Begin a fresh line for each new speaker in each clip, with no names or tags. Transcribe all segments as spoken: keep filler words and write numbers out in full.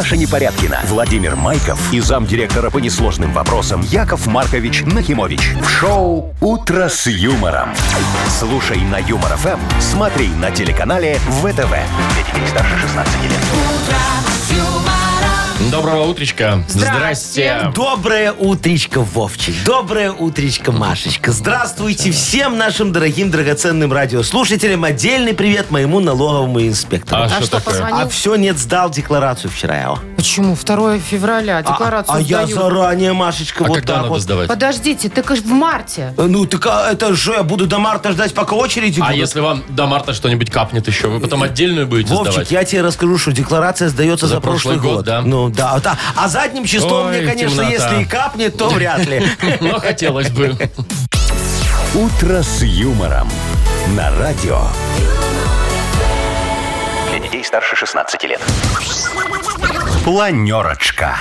Маша Непорядкина, Владимир Майков и замдиректора по несложным вопросам Яков Маркович Нахимович. В шоу «Утро с юмором». Слушай на Юмор ФМ, смотри на телеканале ВТВ. Для детей старше шестнадцати лет.
Доброго утречка.
Здрасте.
Доброе утречко, Вовчик. Доброе утречко, Машечка. Здравствуйте всем нашим дорогим драгоценным радиослушателям. Отдельный привет моему налоговому инспектору.
А,
А
что
что,
такое?
позвонил?
А все, нет, сдал декларацию вчера я. о.
Почему? второго февраля декларацию
а, а я
сдаю.
заранее, Машечка,
А
вот
когда
так
надо
вот.
сдавать?
Подождите, так в марте.
Э, Ну, так а это же я буду до марта ждать, пока очереди
А
будут.
если вам до марта что-нибудь капнет еще, вы потом отдельную будете
Вовчик,
сдавать?
я тебе расскажу, что декларация сдается за,
За прошлый год, да?
Ну, да, да. А задним числом
Ой,
мне, конечно,
темнота.
если и капнет, то вряд ли.
Но хотелось бы.
«Утро с юмором» на радио. Для детей старше шестнадцати лет. Планерочка.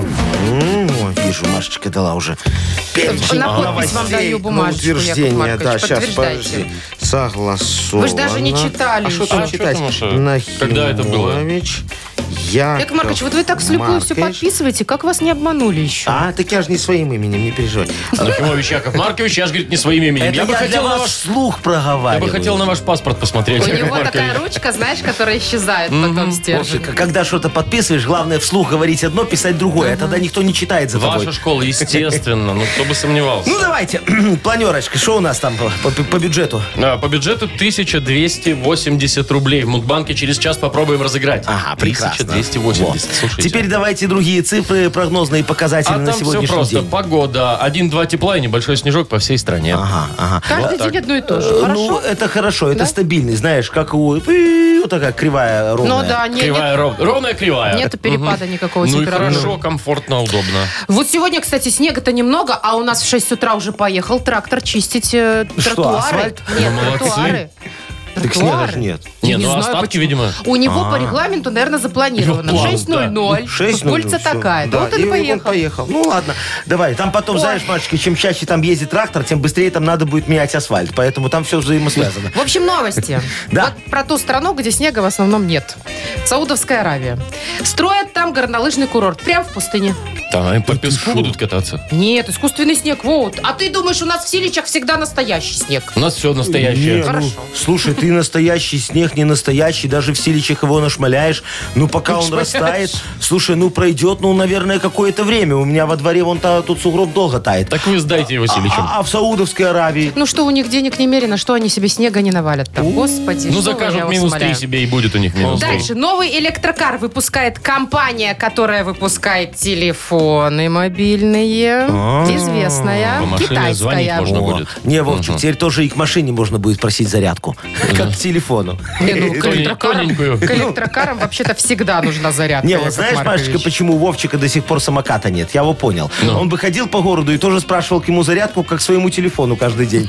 М, о, вижу, Машечка дала уже перечень
На подпись
новостей,
вам даю
на
бумажечку, Яков
утверждение.
Маркович,
Да, сейчас,
подтверждайте.
подожди. Согласовано.
Вы ж даже не читали
А что
еще.
там
А что
читать?
там, Маша? Когда это было?
Нахимович, Яков,
Яков Маркович, вот вы так слепую все
Маркович.
подписываете, как вас не обманули еще?
А, так я же не своим именем, не переживай.
Нахимович Яков Маркович, я же, говорит, не своим именем.
Это
Я
я,
бы
для
хотел на
вас
ваш...
вслух
Я
проговариваю.
бы хотел на ваш паспорт посмотреть.
У
Яков
него такая
Маркович.
ручка, знаешь, которая исчезает потом стержень.
Вовчик, когда что-то подписываешь, главное вслух говорить одно, писать другое. А тогда никто не читает за тобой.
Ваша школа, естественно. Ну, кто бы сомневался.
Ну, давайте, планерочка. Что у нас там по, по- по бюджету?
А, По бюджету тысяча двести восемьдесят рублей. В Мудбанке через час попробуем разыграть.
Ага, прекрасно.
тысяча двести восемьдесят.
Вот.
Слушайте.
Теперь давайте другие цифры, прогнозные показатели
А
на
там все
сегодняшний
просто.
день.
Погода. один-два тепла и небольшой снежок по всей стране.
Ага, ага.
Каждый
так.
день одно и то же.
Э, Ну,
Хорошо?
это хорошо, это
Да?
стабильный, знаешь, как у... Вот такая кривая, ровная.
Ну да, не-
Кривая,
нет,
ров- ровная кривая.
нету перепада никакого
Ну и
температуры.
хорошо, комфортно, удобно.
Вот сегодня, кстати, снега-то немного, а у нас в шесть утра уже поехал трактор чистить э,
Что,
тротуары.
асфальт?
Нет,
Ну, молодцы.
тротуары.
Так снега же нет.
Не,
Я
ну
знаю,
остатки,
почему.
видимо.
У него по регламенту, наверное, запланировано.
Ну,
В
план,
шесть ноль ноль.
шесть ноль ноль,
Улица
всё.
такая. Да,
Да,
вот он
и
и
он
поехал.
поехал. Ну ладно, давай. Там потом,
Ой.
знаешь, Машечка, чем чаще там ездит трактор, тем быстрее там надо будет менять асфальт. Поэтому там все взаимосвязано.
В общем, новости.
Да.
Вот про ту страну, где снега в основном нет. Саудовская Аравия. Строят там горнолыжный курорт. Прям в пустыне.
Там они по песку будут кататься.
Нет, искусственный снег. Вот. А ты думаешь, у нас в Силичах всегда настоящий снег?
У нас все настоящее.
Не, ну,
Хорошо.
слушай, ты настоящий снег, не настоящий. Даже в Силичах его нашмаляешь. Ну, пока он
Нашмаляешь.
растает. Слушай, ну, пройдет, ну, наверное, какое-то время. У меня во дворе вон та- тут сугроб долго тает.
Так вы сдайте его Силичам.
А, а в Саудовской Аравии?
Ну что, у них денег немерено, что они себе снега не навалят там? Господи,
Ну,
что вы, я
закажут
вас
минус
умоляю.
три себе и будет у них минус три.
Дальше. Новый электрокар выпускает компания, которая выпускает телефоны мобильные. Известная.
По машине звонить
Китайская.
можно
О,
будет.
Не, Вовчик, теперь тоже и к машине можно будет просить зарядку. Как к телефону.
Не, ну, к
Тоненькую.
электрокарам,
Тоненькую.
к электрокарам вообще-то всегда нужна зарядка.
Не, вот
Яков
знаешь,
Маркович.
Машечка, почему у Вовчика до сих пор самоката нет? Я его понял.
Ну.
Он бы ходил по городу и тоже спрашивал к ему зарядку, как к своему телефону каждый день.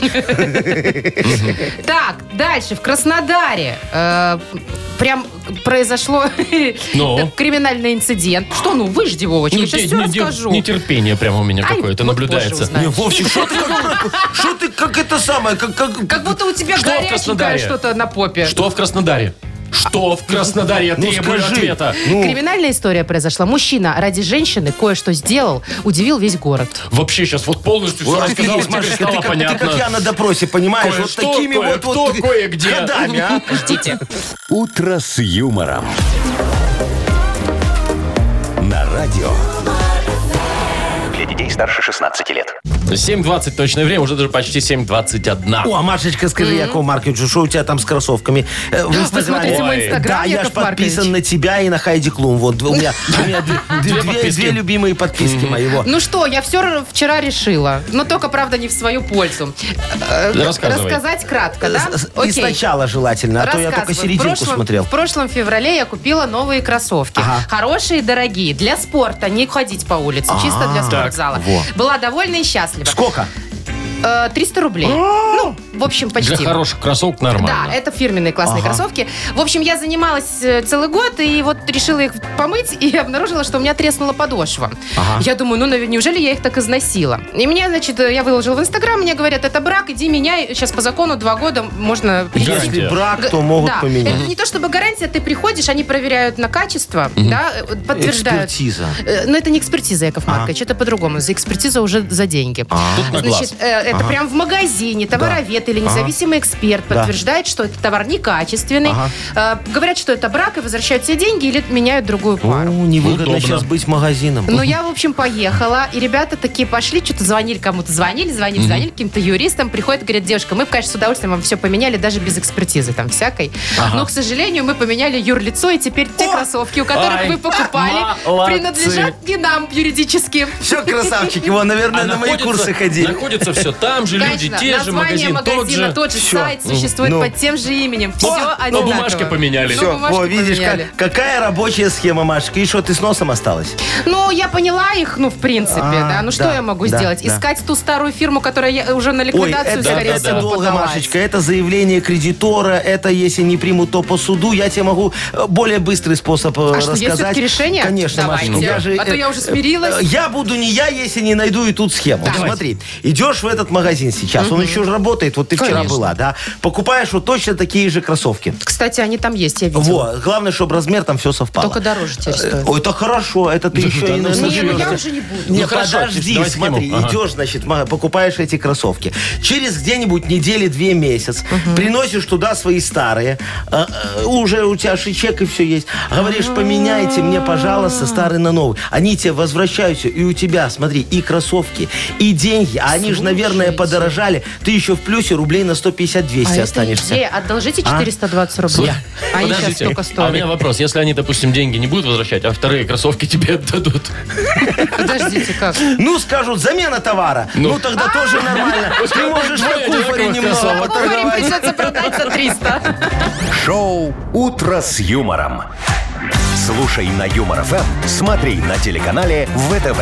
Так, дальше, в Краснодаре э, прям произошло
Ну?
так, криминальный инцидент. Что, ну, выжди, Вовочка, я сейчас
Не-
все
не- не-
расскажу.
Нетерпение прямо у меня
Ай,
какое-то
вот
наблюдается.
позже узнаешь.
Не, Вовчик, что ты как, что ты как это самое, как, как,
Как будто у тебя
Что в
горяченькое
Краснодаре?
что-то на попе.
Что в Краснодаре? Что в Краснодаре? Я
Ну,
требую
скажи.
ответа.
Ну,
Криминальная история произошла. Мужчина ради женщины кое-что сделал, удивил весь город.
Вообще сейчас вот полностью все
вот
рассказал,
офигеть,
теперь
Машечка,
стало
ты как, ты
понятно.
как я на допросе, понимаешь? Вот
Кое-что,
такими вот,
кое-кто,
вот
кое-где.
ходами, а?
Ждите.
«Утро с юмором». На радио. Для детей старше шестнадцати лет.
семь двадцать точное время, уже даже почти семь двадцать один.
О, а Машечка, скажи, Якову Марковичу, что у тебя там с кроссовками? Э, В
Вы
Инстаграме.
смотрите мой
Ой.
инстаграм,
Да, я ж
Яков Маркович?
подписан на тебя и на Хайди Клум. Вот у меня, у меня две, две- две-
подписки.
две любимые подписки моего.
Ну что, я все вчера решила, но только, правда, не в свою пользу. Э,
Да рассказывай.
Рассказать кратко, да?
С- И
Окей.
сначала желательно, а то я только
Рассказываю.
серединку
в прошлом,
смотрел.
В прошлом феврале я купила новые кроссовки.
Ага.
Хорошие, дорогие. Для спорта, не ходить по улице. Чисто для
А,
спортзала.
во.
Была довольна и счастлива.
Сколько?
Э, триста рублей. Ну, в общем, почти.
Для хороших кроссовок нормально.
Да, это фирменные классные
Ага.
кроссовки. В общем, я занималась э, целый год, и вот решила их помыть, и обнаружила, что у меня треснула подошва.
Ага.
Я думаю, ну, навер- неужели я их так износила? И мне, значит, э, я выложила в Инстаграм, мне говорят, это брак, иди меняй. Сейчас по закону два года можно...
Гарантия.
Если брак,
Г-
то могут
да.
поменять.
Это не то чтобы гарантия, ты приходишь, они проверяют на качество, да, э, подтверждают.
Экспертиза.
Э, Но это не экспертиза, Яков Маркович, это по-другому. За экспертиза уже за деньги.
Тут на глаз.
Значит, э, это прям в магазине товаровед или независимый эксперт
Да.
подтверждает, что этот товар некачественный.
Ага.
Э, говорят, что это брак, и возвращают все деньги или меняют другую
О,
пару.
невыгодно
Удобно.
сейчас быть магазином.
Но я, в общем, поехала, и ребята такие пошли, что-то звонили кому-то, звонили, звонили, звонили каким-то юристам, приходят, говорят, девушка, мы, конечно, с удовольствием вам все поменяли, даже без экспертизы там всякой. Но, к сожалению, мы поменяли юрлицо, и теперь те кроссовки, у которых
Ай,
вы покупали,
молодцы.
принадлежат не нам юридически.
Все, красавчики, его, наверное,
А
на мои
находится-
курсы ходили.
Находится все там же, люди
Конечно,
те же,
название
магазин тот
магазина,
же.
тот же,
Всё.
сайт существует
Ну.
под тем же именем. Все
но
одинаково.
бумажки поменяли.
Но
Все,
бумажки
о, видишь,
поменяли.
как- какая рабочая схема, Машечка. И что, ты с носом осталась?
Ну, я поняла их, ну, в принципе,
А,
да. Ну, что
да,
я могу
да,
сделать?
да.
Искать ту старую фирму, которая я- уже на
Ой,
ликвидацию,
это,
скорее
это
всего,
долго,
подалась.
Машечка. Это заявление кредитора. Это, если не примут, то по суду. Я тебе могу э, более быстрый способ э,
А
рассказать.
что, есть все-таки решение?
Конечно,
Давайте.
Машечка. Я же,
А то
э,
я уже смирилась.
э, Я буду не я, если не найду и тут схему.
Давайте.
Смотри, идешь в этот магазин сейчас. Он еще же работает. Вот ты вчера
Конечно.
была, да? Покупаешь вот точно такие же кроссовки.
Кстати, они там есть, я видела.
Вот. Главное, чтобы размер там все совпало.
Только дороже теперь стоит.
Ой, это хорошо. Это ты еще
да
и
ну,
на-
слушай,
Не, ну я
наживешься.
уже не буду.
Не,
Ну, хорошо,
подожди,
давай
смотри,
схему. Ага.
идешь, значит, ма- покупаешь эти кроссовки. Через где-нибудь недели-две месяц приносишь туда свои старые. а, а, уже у тебя шичек и все есть. Говоришь, поменяйте мне, пожалуйста, старый на новый. Они тебе возвращаются, и у тебя, смотри, и кроссовки, и деньги. А они же, наверное,
Слушайте.
подорожали. Ты еще в плюсе рублей на сто пятьдесят - двести
А это
останешься.
идея. Одолжите четыреста двадцать рублей. Они сейчас
Подождите,
столько
а у меня
стоят.
вопрос. Если они, допустим, деньги не будут возвращать, а вторые кроссовки тебе отдадут.
Подождите, как?
Ну, скажут, замена товара. Ну, тогда тоже нормально. Ты можешь на
двое
куфоре
одинаковых
немного
кроссовок.
Говорим,
поторговать.
придется продать за триста.
Шоу «Утро с юмором». Слушай на Юмор ФМ, смотри на телеканале ВТВ.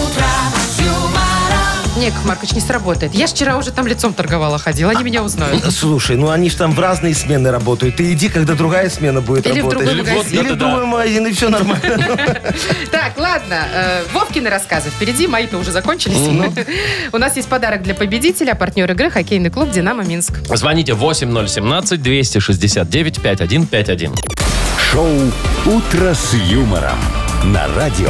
Не, Яков Маркович, не сработает. Я ж вчера уже там лицом торговала, ходила, они меня узнают.
Слушай, ну они же там в разные смены работают. Ты иди, когда другая смена будет
Или в
работать.
другой магазин.
Или в
Да-да-да.
другой магазин, и все нормально.
Так, ладно. э, Вовкины рассказы впереди, мои-то уже закончились. У нас есть подарок для победителя, партнер игры хоккейный клуб «Динамо Минск».
Звоните восемь ноль семнадцать двести шестьдесят девять пятьдесят один пятьдесят один.
Шоу «Утро с юмором» на радио.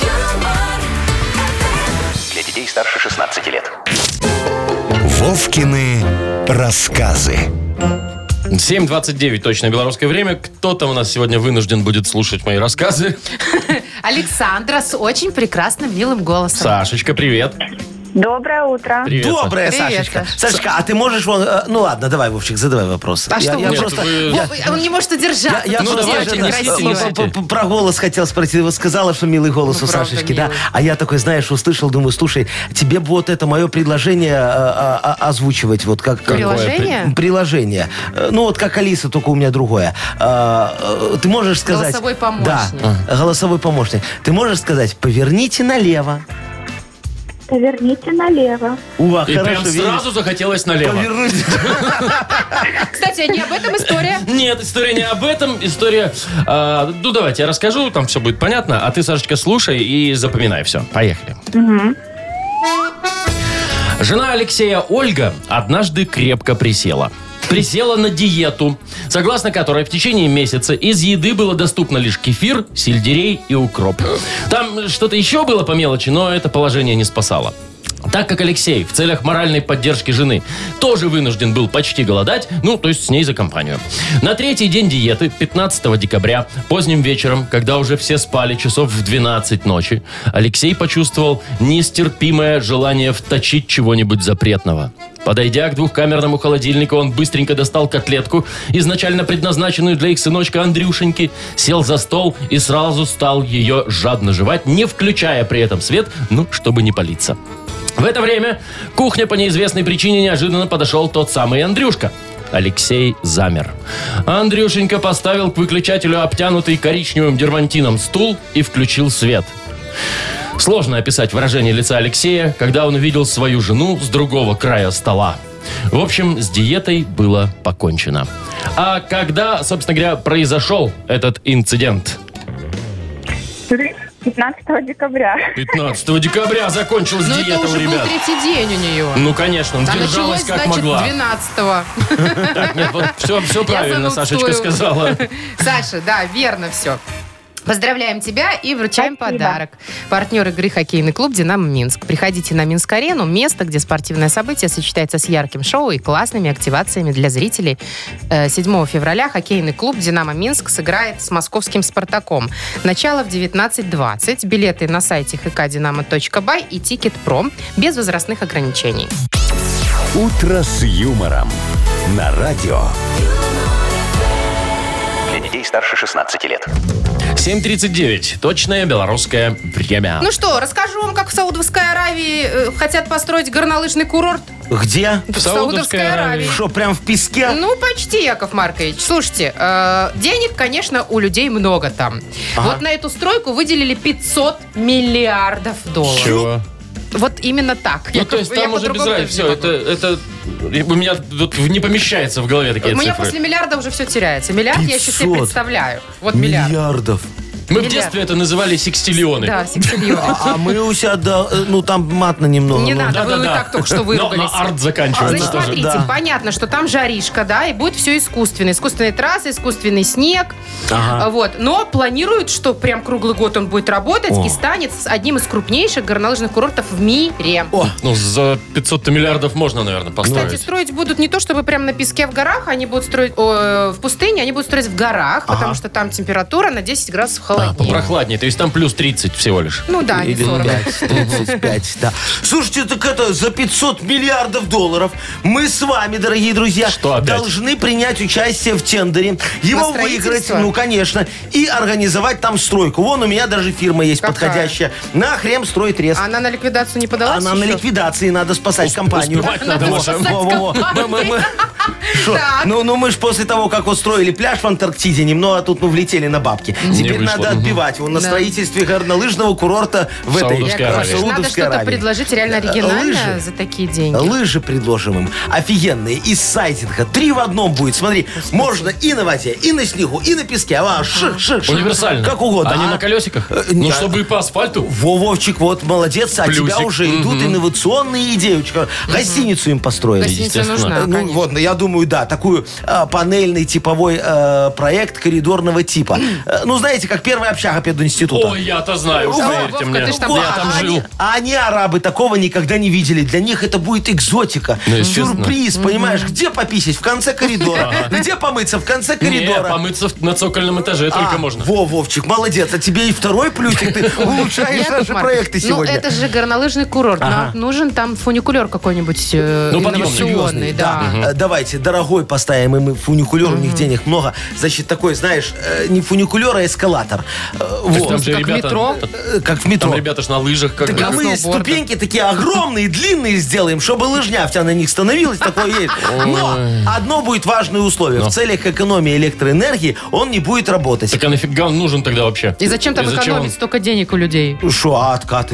Для детей старше шестнадцати лет. Вовкины рассказы.
семь двадцать девять точное белорусское время. Кто-то у нас сегодня вынужден будет слушать мои рассказы.
Александра с очень прекрасным, милым голосом.
Сашечка, привет.
Доброе утро.
Привет. Саш.
Доброе,
Привет,
Сашечка.
Саш.
Сашечка, а ты можешь... вон, э, Ну ладно, давай, Вовчик, задавай вопрос.
А что вы-
Нет,
просто...
вы-
я-
Вов, Он не может удержаться.
Я, я
Ну,
просто
давайте,
это,
несите,
э,
несите.
п- п- про голос хотел спросить. Вы сказала, что милый голос
Ну,
у
правда,
Сашечки, да?
милый.
А я такой, знаешь, услышал, думаю, слушай, тебе бы вот это мое предложение э, а- а- озвучивать, вот как... как-
Приложение?
При- Приложение. Э, Ну, вот как Алиса, только у меня другое. А, э, Ты можешь сказать...
Голосовой помощник.
Да, голосовой помощник. Ты можешь сказать, поверните налево.
Поверните налево.
Уа,
И
хорошо,
прям
видишь?
сразу захотелось налево.
Повернуть.
Кстати, не об этом история.
Нет, история не об этом. История... а, ну, давайте я расскажу, там все будет понятно. А ты, Сашечка, слушай и запоминай все. Поехали. Жена Алексея, Ольга, однажды крепко присела. Присела на диету, согласно которой в течение месяца из еды было доступно лишь кефир, сельдерей и укроп. Там что-то еще было по мелочи, но это положение не спасало. Так как Алексей в целях моральной поддержки жены тоже вынужден был почти голодать, ну, то есть с ней за компанию. На третий день диеты, пятнадцатого декабря, поздним вечером, когда уже все спали часов в двенадцать ночи, Алексей почувствовал нестерпимое желание вточить чего-нибудь запретного. Подойдя к двухкамерному холодильнику, он быстренько достал котлетку, изначально предназначенную для их сыночка Андрюшеньки, сел за стол и сразу стал ее жадно жевать, не включая при этом свет, ну, чтобы не палиться. В это время к кухне по неизвестной причине неожиданно подошел тот самый Андрюшка. Алексей замер. Андрюшенька поставил к выключателю обтянутый коричневым дермантином стул и включил свет. Сложно описать выражение лица Алексея, когда он увидел свою жену с другого края стола. В общем, с диетой было покончено. А когда, собственно говоря, произошел этот инцидент?
пятнадцатого декабря.
пятнадцатого декабря закончилась
Ну, это
диета у
уже был
ребят.
третий день у нее.
Ну, конечно,
А
держалась
началось,
как
значит,
могла.
двенадцатого.
Так, нет, вот все, все правильно Сашечка
занудствую.
сказала.
Саша, да, верно все. Поздравляем тебя и вручаем
Спасибо.
подарок. Партнер игры хоккейный клуб «Динамо Минск». Приходите на Минск-арену, место, где спортивное событие сочетается с ярким шоу и классными активациями для зрителей. Э, седьмого февраля хоккейный клуб «Динамо Минск» сыграет с московским «Спартаком». Начало в девятнадцать двадцать. Билеты на сайте эйч кей динамо точка бай и Тикет.Про. Без возрастных ограничений.
«Утро с юмором» на радио.
Для детей старше шестнадцати лет.
семь тридцать девять. Точное белорусское время.
Ну что, расскажу вам, как в Саудовской Аравии э, хотят построить горнолыжный курорт.
Где?
В
Саудовской Аравии.
Что, прям в песке?
Ну, почти, Яков Маркович. Слушайте, э, денег, конечно, у людей много там. Вот на эту стройку выделили пятьсот миллиардов долларов.
Чего?
Вот именно так.
Ну,
Я
то есть
как- я
там уже без
по-другому
разницы.
даже
Все,
не
это, это у меня тут не помещается в голове такие
могу. У меня
цифры.
после миллиарда уже все теряется. Миллиард я еще себе
пятьсот
представляю. Вот миллиард.
Миллиардов.
Мы в
Миллиард.
детстве это называли секстиллионы.
Да, сексильон.
А мы у себя, да, э, ну там матно немного.
Не
ну.
надо, вы и
Да-да-да.
так только что
Но
выругались.
на арт заканчивается
Значит,
тоже.
смотрите,
Да.
понятно, что там жаришка, да, и будет все искусственное. Искусственные трассы, искусственный снег.
Ага.
Вот. Но планируют, что прям круглый год он будет работать
О.
и станет с- одним из крупнейших горнолыжных курортов в мире.
О,
Ну, за пятьсот миллиардов можно, наверное,
Кстати,
построить.
строить будут не то, чтобы прям на песке в горах, они будут строить о, в пустыне, они будут строить в горах,
Ага.
потому что там температура на десять градусов
А,
холоднее.
попрохладнее. То есть там плюс тридцать всего лишь.
Ну да, не
или
сорок.
пять, тридцать пять, да. Слушайте, так это за пятьсот миллиардов долларов мы с вами, дорогие друзья,
Что опять?
должны принять участие в тендере, его
На
выиграть,
строительство?
ну, конечно, и организовать там стройку. Вон у меня даже фирма есть
Какая?
подходящая. На Хрем строит рез.
Она на ликвидацию не подалась
Она на
еще?
ликвидации, надо спасать
Усп-
компанию.
успевать надо,
Во,
Маша.
во, во, во. Мы- мы- мы- Шо?
Так.
Ну, ну мы ж после того, как вот строили пляж в Антарктиде, немного тут ну влетели на бабки. Теперь
вышло.
надо
Мгм.
отбивать его на
Да.
строительстве горнолыжного курорта в этой
Саудовской
Яков
Аравии.
Маркович, надо
Саудовской
что-то
Аравии.
предложить реально
Э,
оригинальное
лыжи.
за такие деньги.
Лыжи предложим им. Офигенные. Из сайдинга. Три в одном будет. Смотри, можно и на воде, и на снегу, и на песке. А, шик, шик, шик.
Универсально.
Как угодно.
Они
А,
на колесиках?
э,
Ну,
нет.
чтобы и по асфальту.
Во, Вовчик, вот молодец, а
Плюсик.
тебя уже идут
Мгм.
инновационные идеи. Гостиницу им построили.
Гостиница
естественно.
нужна,
Ну,
конечно.
вот, я думаю, да, такую э, панельный типовой э, проект коридорного типа. Э, ну, знаете, как первая общага пединститута.
Ой, я-то знаю, уж
Во,
поверьте
Вовка,
мне.
ты ж там
Я
был.
там
а
жил.
Они, а они, арабы, такого никогда не видели. Для них это будет экзотика.
Ну, естественно.
Сюрприз, понимаешь? Где пописать? В конце коридора. Где помыться? В конце
Не,
коридора.
помыться в- на цокольном этаже только
А,
можно.
Во, Вовчик, молодец. А тебе и второй плюсик. Ты улучшаешь
Яков
наши
Маркович,
проекты
ну
сегодня.
это же горнолыжный курорт.
Ага.
Нам нужен там фуникулер какой-нибудь э,
Ну, подъемный.
инновационный. Да.
Э, Давайте, дорогой поставим, и мы фуникулер, у них денег много. Значит, такой, знаешь, э, не фуникулер, а эскалатор. Э,
Так
Вот.
там же
как
ребята,
метро.
Э, Как в метро.
Там ребята ж на лыжах. Как
Так а
бы.
мы
сноуборда.
ступеньки такие огромные, длинные сделаем, чтобы лыжня вся на них становилась, такое есть. Но одно будет важное условие. В целях экономии электроэнергии он не будет работать.
Так а нафига он нужен тогда вообще?
И зачем там
зачем
экономить
он?
столько денег у людей?
Шо, а откаты?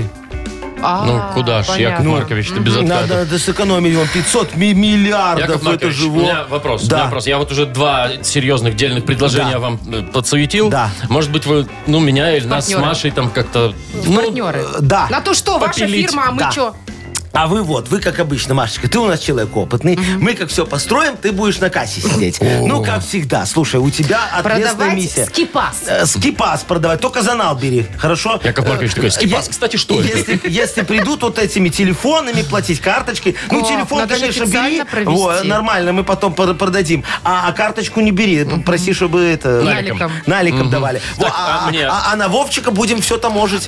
А,
Ну, куда ж, Яков
понятно.
Маркович, ты без откатов.
Надо, надо сэкономить вон пятьсот ми- миллиардов.
Яков
это
Маркович,
же
у
вот.
меня вопрос. у
Да.
меня вопрос. Я вот уже два серьезных дельных предложения
Да.
вам э, подсуетил.
Да.
Может быть, вы, ну, меня или нас с
партнеры.
Машей там как-то... Ну,
Партнеры.
Э, Да.
На то что, ваша
попилить.
фирма, а мы
Да.
что?
А вы вот, вы как обычно, Машечка, ты у нас человек опытный. Мы как все построим, ты будешь на кассе сидеть. Ну, как всегда. Слушай, у тебя ответственная
Продавать
миссия.
скипас.
Э, Скипас продавать, только занал бери, хорошо?
Яков Маркович такой, скипас,
Е-
кстати, что это?
если, если придут вот этими телефонами платить, карточкой, ну,
О,
телефон,
надо же
конечно,
официально
бери,
провести.
вот, нормально, мы потом пор- продадим. А, а карточку не бери, проси, чтобы это...
Наликом.
Наликом давали. Во,
Так,
а,
а мне-
а- а на Вовчика будем все таможить.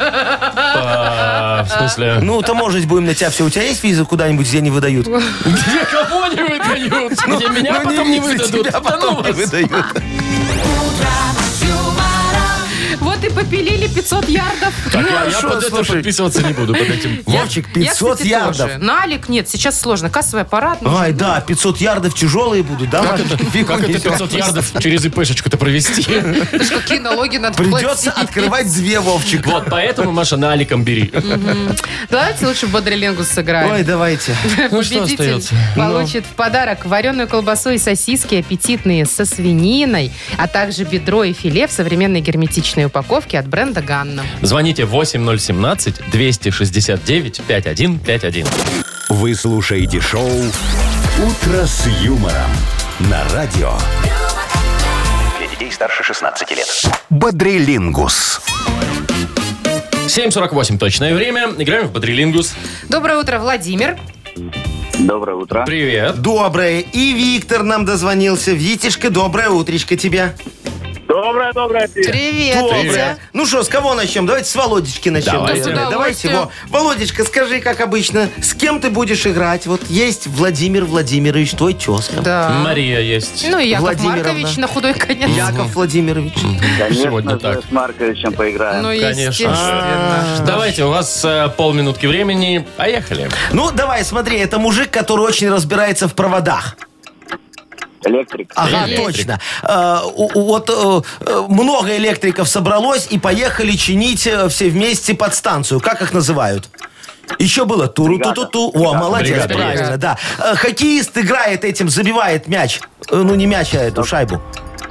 А, в смысле?
Ну, таможить будем на тебя все. У тебя есть виза куда-нибудь, где не выдают?
Где кого не выдают? Где меня
Ну,
потом не
виза
выдадут?
тебя
Да ну
потом не
вас.
выдают.
Вот и попилили пятьсот ярдов.
Так, я, я
шо,
под это
слушай.
подписываться не буду, под этим.
Вовчик,
Я,
пятьсот
кстати,
ярдов.
тоже. Налик нет, сейчас сложно. Кассовый аппарат нужен.
Ай, да, пятьсот ярдов тяжелые будут, да,
Как
Машечка?
это,
Фиг
как это
унесет.
пятьсот ярдов через ИПшечку-то провести?
Это ж какие налоги надо
Придется
платить.
открывать две, Вовчик.
Вот, поэтому, Маша, наликом бери.
Давайте лучше в бодрилингус сыграем.
Ой, давайте.
Ну, что
Победитель
остается?
получит в подарок вареную колбасу и сосиски аппетитные со свининой, а также бедро и филе в современной герметичной упаковке от бренда «Ганна».
Звоните восемь ноль семнадцать двести шестьдесят девять пятьдесят один пятьдесят один.
Вы слушаете шоу «Утро с юмором» на радио
Для детей старше шестнадцати лет.
«Бодрилингус».
семь сорок восемь точное время. Играем в Бодрилингус.
Доброе утро, Владимир.
Доброе утро.
Привет.
Доброе. И Виктор нам дозвонился. Витишка, доброе утречко тебе.
Доброе, доброе.
Привет,
Доброе.
Витя.
Ну что, с кого начнем? Давайте с Володечки начнем.
Давайте.
наверное.
С
Давайте
удовольствием.
его. Володечка, скажи, как обычно, с кем ты будешь играть? Вот есть Владимир Владимирович, твой тезка.
Да.
Мария есть.
Ну и Яков
Владимировна.
Маркович на худой конец.
Яков Владимирович.
Конечно
Сегодня
же,
так.
с Марковичем поиграем.
Ну,
Конечно.
естественно.
Давайте, у вас э, полминутки времени. Поехали.
Ну, давай, смотри, это мужик, который очень разбирается в проводах.
Электрик.
Ага,
Электрик.
точно. Э, у- у- вот э, э, много электриков собралось и поехали чинить э, все вместе подстанцию. Как их называют? Еще было туру-ту-ту-ту. О, молодец,
Бригада
правильно,
есть.
да. Э, Хоккеист играет этим, забивает мяч. Э, Ну, не мяч, а эту шайбу.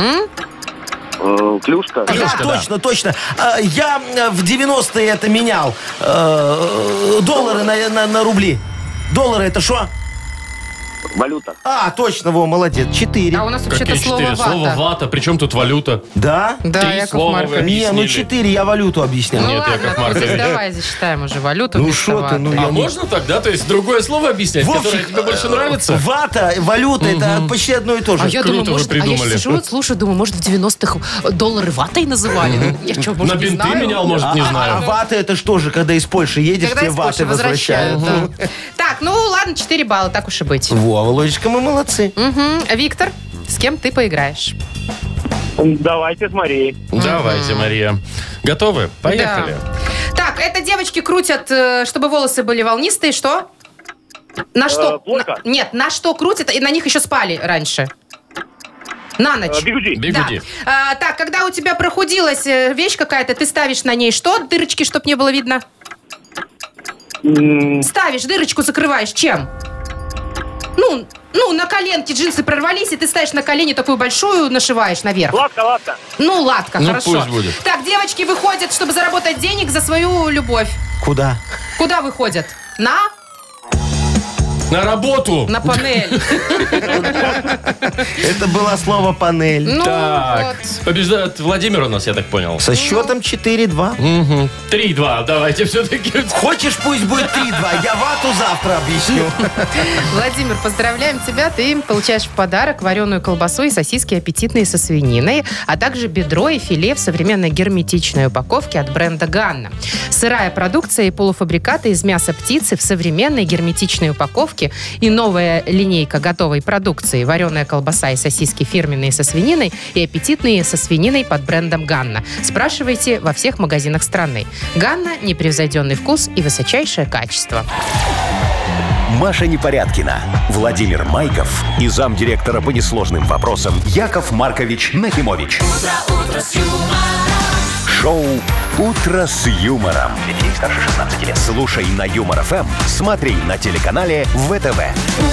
Э, Клюшка.
Да,
Клюшка, да.
точно, точно. Э, Я э, в девяностые это менял. Э, Доллары на, на, на рубли. Доллары это что?
Валюта.
А, точно, во, молодец. Четыре.
А у нас вообще-то
Какие
слово
четыре? Слово
«вата».
вата. Причем тут валюта?
Да?
Да,
Три
Яков
слова вы
Маркович.
объяснили.
Не, ну четыре, я валюту объяснял.
Ну
Нет,
ладно,
Яков Маркович.
Костя, давай засчитаем уже валюту.
Ну
вместо
шо ты,
ваты.
ну
А
я не...
можно тогда? То есть другое слово объяснять, которое тебе больше
э,
нравится?
Вата, валюта, это почти одно и то же.
А я
Круто
думаю,
вы
может, а я
придумали.
сижу, вот слушаю, думаю, может, в девяностых доллары ватой называли? Ну, я что, может,
На
не
бинты
знаю?
менял, может, не
А,
знаю.
а вата это что же, когда из Польши едешь,
Когда
тебе
из
ваты
Польши возвращают,
возвращают.
да. Так, ну ладно, четыре балла, так уж и быть.
Во, Володечка, мы молодцы.
Мгм. Виктор, с кем ты поиграешь?
Давайте с Марией.
Давайте, Мария. Готовы? Поехали.
Да. Так, это девочки крутят, э, чтобы волосы были волнистые, что? На что?
плойка?
На- нет, на что крутят, и на них еще спали раньше. На ночь.
Бигуди.
Бигуди.
Да. А, так, когда у тебя прохудилась э, вещь какая-то, ты ставишь на ней что? Дырочки, чтоб не было видно?
М,
Ставишь, дырочку закрываешь. Чем? Ну, ну, на коленке джинсы прорвались, и ты ставишь на колени такую большую, нашиваешь наверх.
Ладно, ладно.
Ну, ладно,
Ну,
хорошо.
пусть будет.
Так, девочки выходят, чтобы заработать денег за свою любовь.
Куда?
Куда выходят? На?
На работу.
На панель.
Это было слово панель.
Ну,
Так,
вот.
побеждает Владимир у нас, я так понял.
Со счетом четыре-два.
Угу. три-два, давайте все-таки.
Хочешь, пусть будет три-два. Я вату завтра объясню.
Владимир, поздравляем тебя. Ты получаешь в подарок вареную колбасу и сосиски аппетитные со свининой, а также бедро и филе в современной герметичной упаковке от бренда «Ганна». Сырая продукция и полуфабрикаты из мяса птицы в современной герметичной упаковке и новая линейка готовой продукции. Вареная колбаса и сосиски фирменные со свининой и аппетитные со свининой под брендом «Ганна». Спрашивайте во всех магазинах страны. «Ганна» – непревзойденный вкус и высочайшее качество.
Маша Непорядкина, Владимир Майков и замдиректора по несложным вопросам Яков Маркович Нахимович. Шоу «Утро с юмором».
Для детей старше шестнадцати лет.
Слушай на Юмор ФМ, смотри на телеканале ВТВ.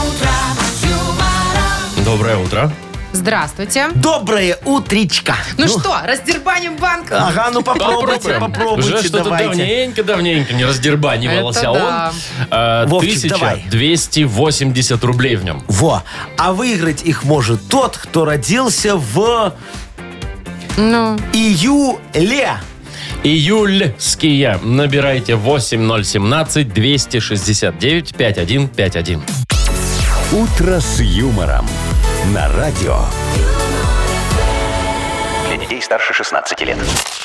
Доброе утро.
Здравствуйте.
Доброе утречка.
Ну, что, раздербаним банк?
Ага, ну попробуйте,
Попробуем.
попробуйте,
Уже что-то
давайте.
давненько-давненько не раздербанивался
Это
он.
да.
А,
Вовчик, давай.
тысяча двести восемьдесят рублей в нем.
Во. А выиграть их может тот, кто родился в
Ну,
июле.
Июльские. Набирайте восемь ноль семнадцать двести шестьдесят девять пятьдесят один пятьдесят один.
«Утро с юмором» на радио.
Для детей старше шестнадцати лет.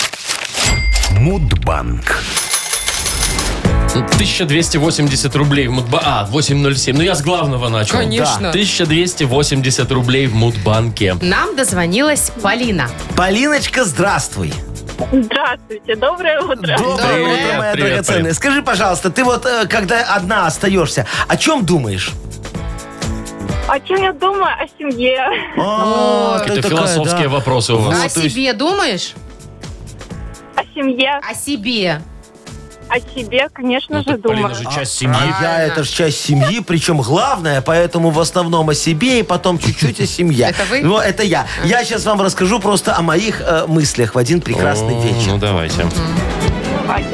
Мудбанк.
тысяча двести восемьдесят рублей в Мудбанке. А, восемь ноль семь. Ну, я с главного начал.
Конечно.
тысяча двести восемьдесят рублей в Мудбанке.
нам дозвонилась Полина.
Полиночка, здравствуй.
Здравствуйте, доброе утро.
Доброе
Привет,
утро, моя
привет,
драгоценная.
Полин.
Скажи, пожалуйста, ты вот, э, когда одна остаешься, о чем думаешь?
О чем я думаю? О семье.
А, ты
Какие-то
такая,
философские
да.
вопросы у вас.
О
то есть-
себе думаешь?
О семье.
О себе.
О себе, конечно
Ну,
же,
так Полина
думаю.
же часть семьи.
А я это же часть семьи, причем главное, поэтому в основном о себе и потом чуть-чуть о семье.
Это вы?
Ну, это я. Я сейчас вам расскажу просто о моих э, мыслях в один прекрасный
О,
вечер.
Ну, давайте.
Давайте.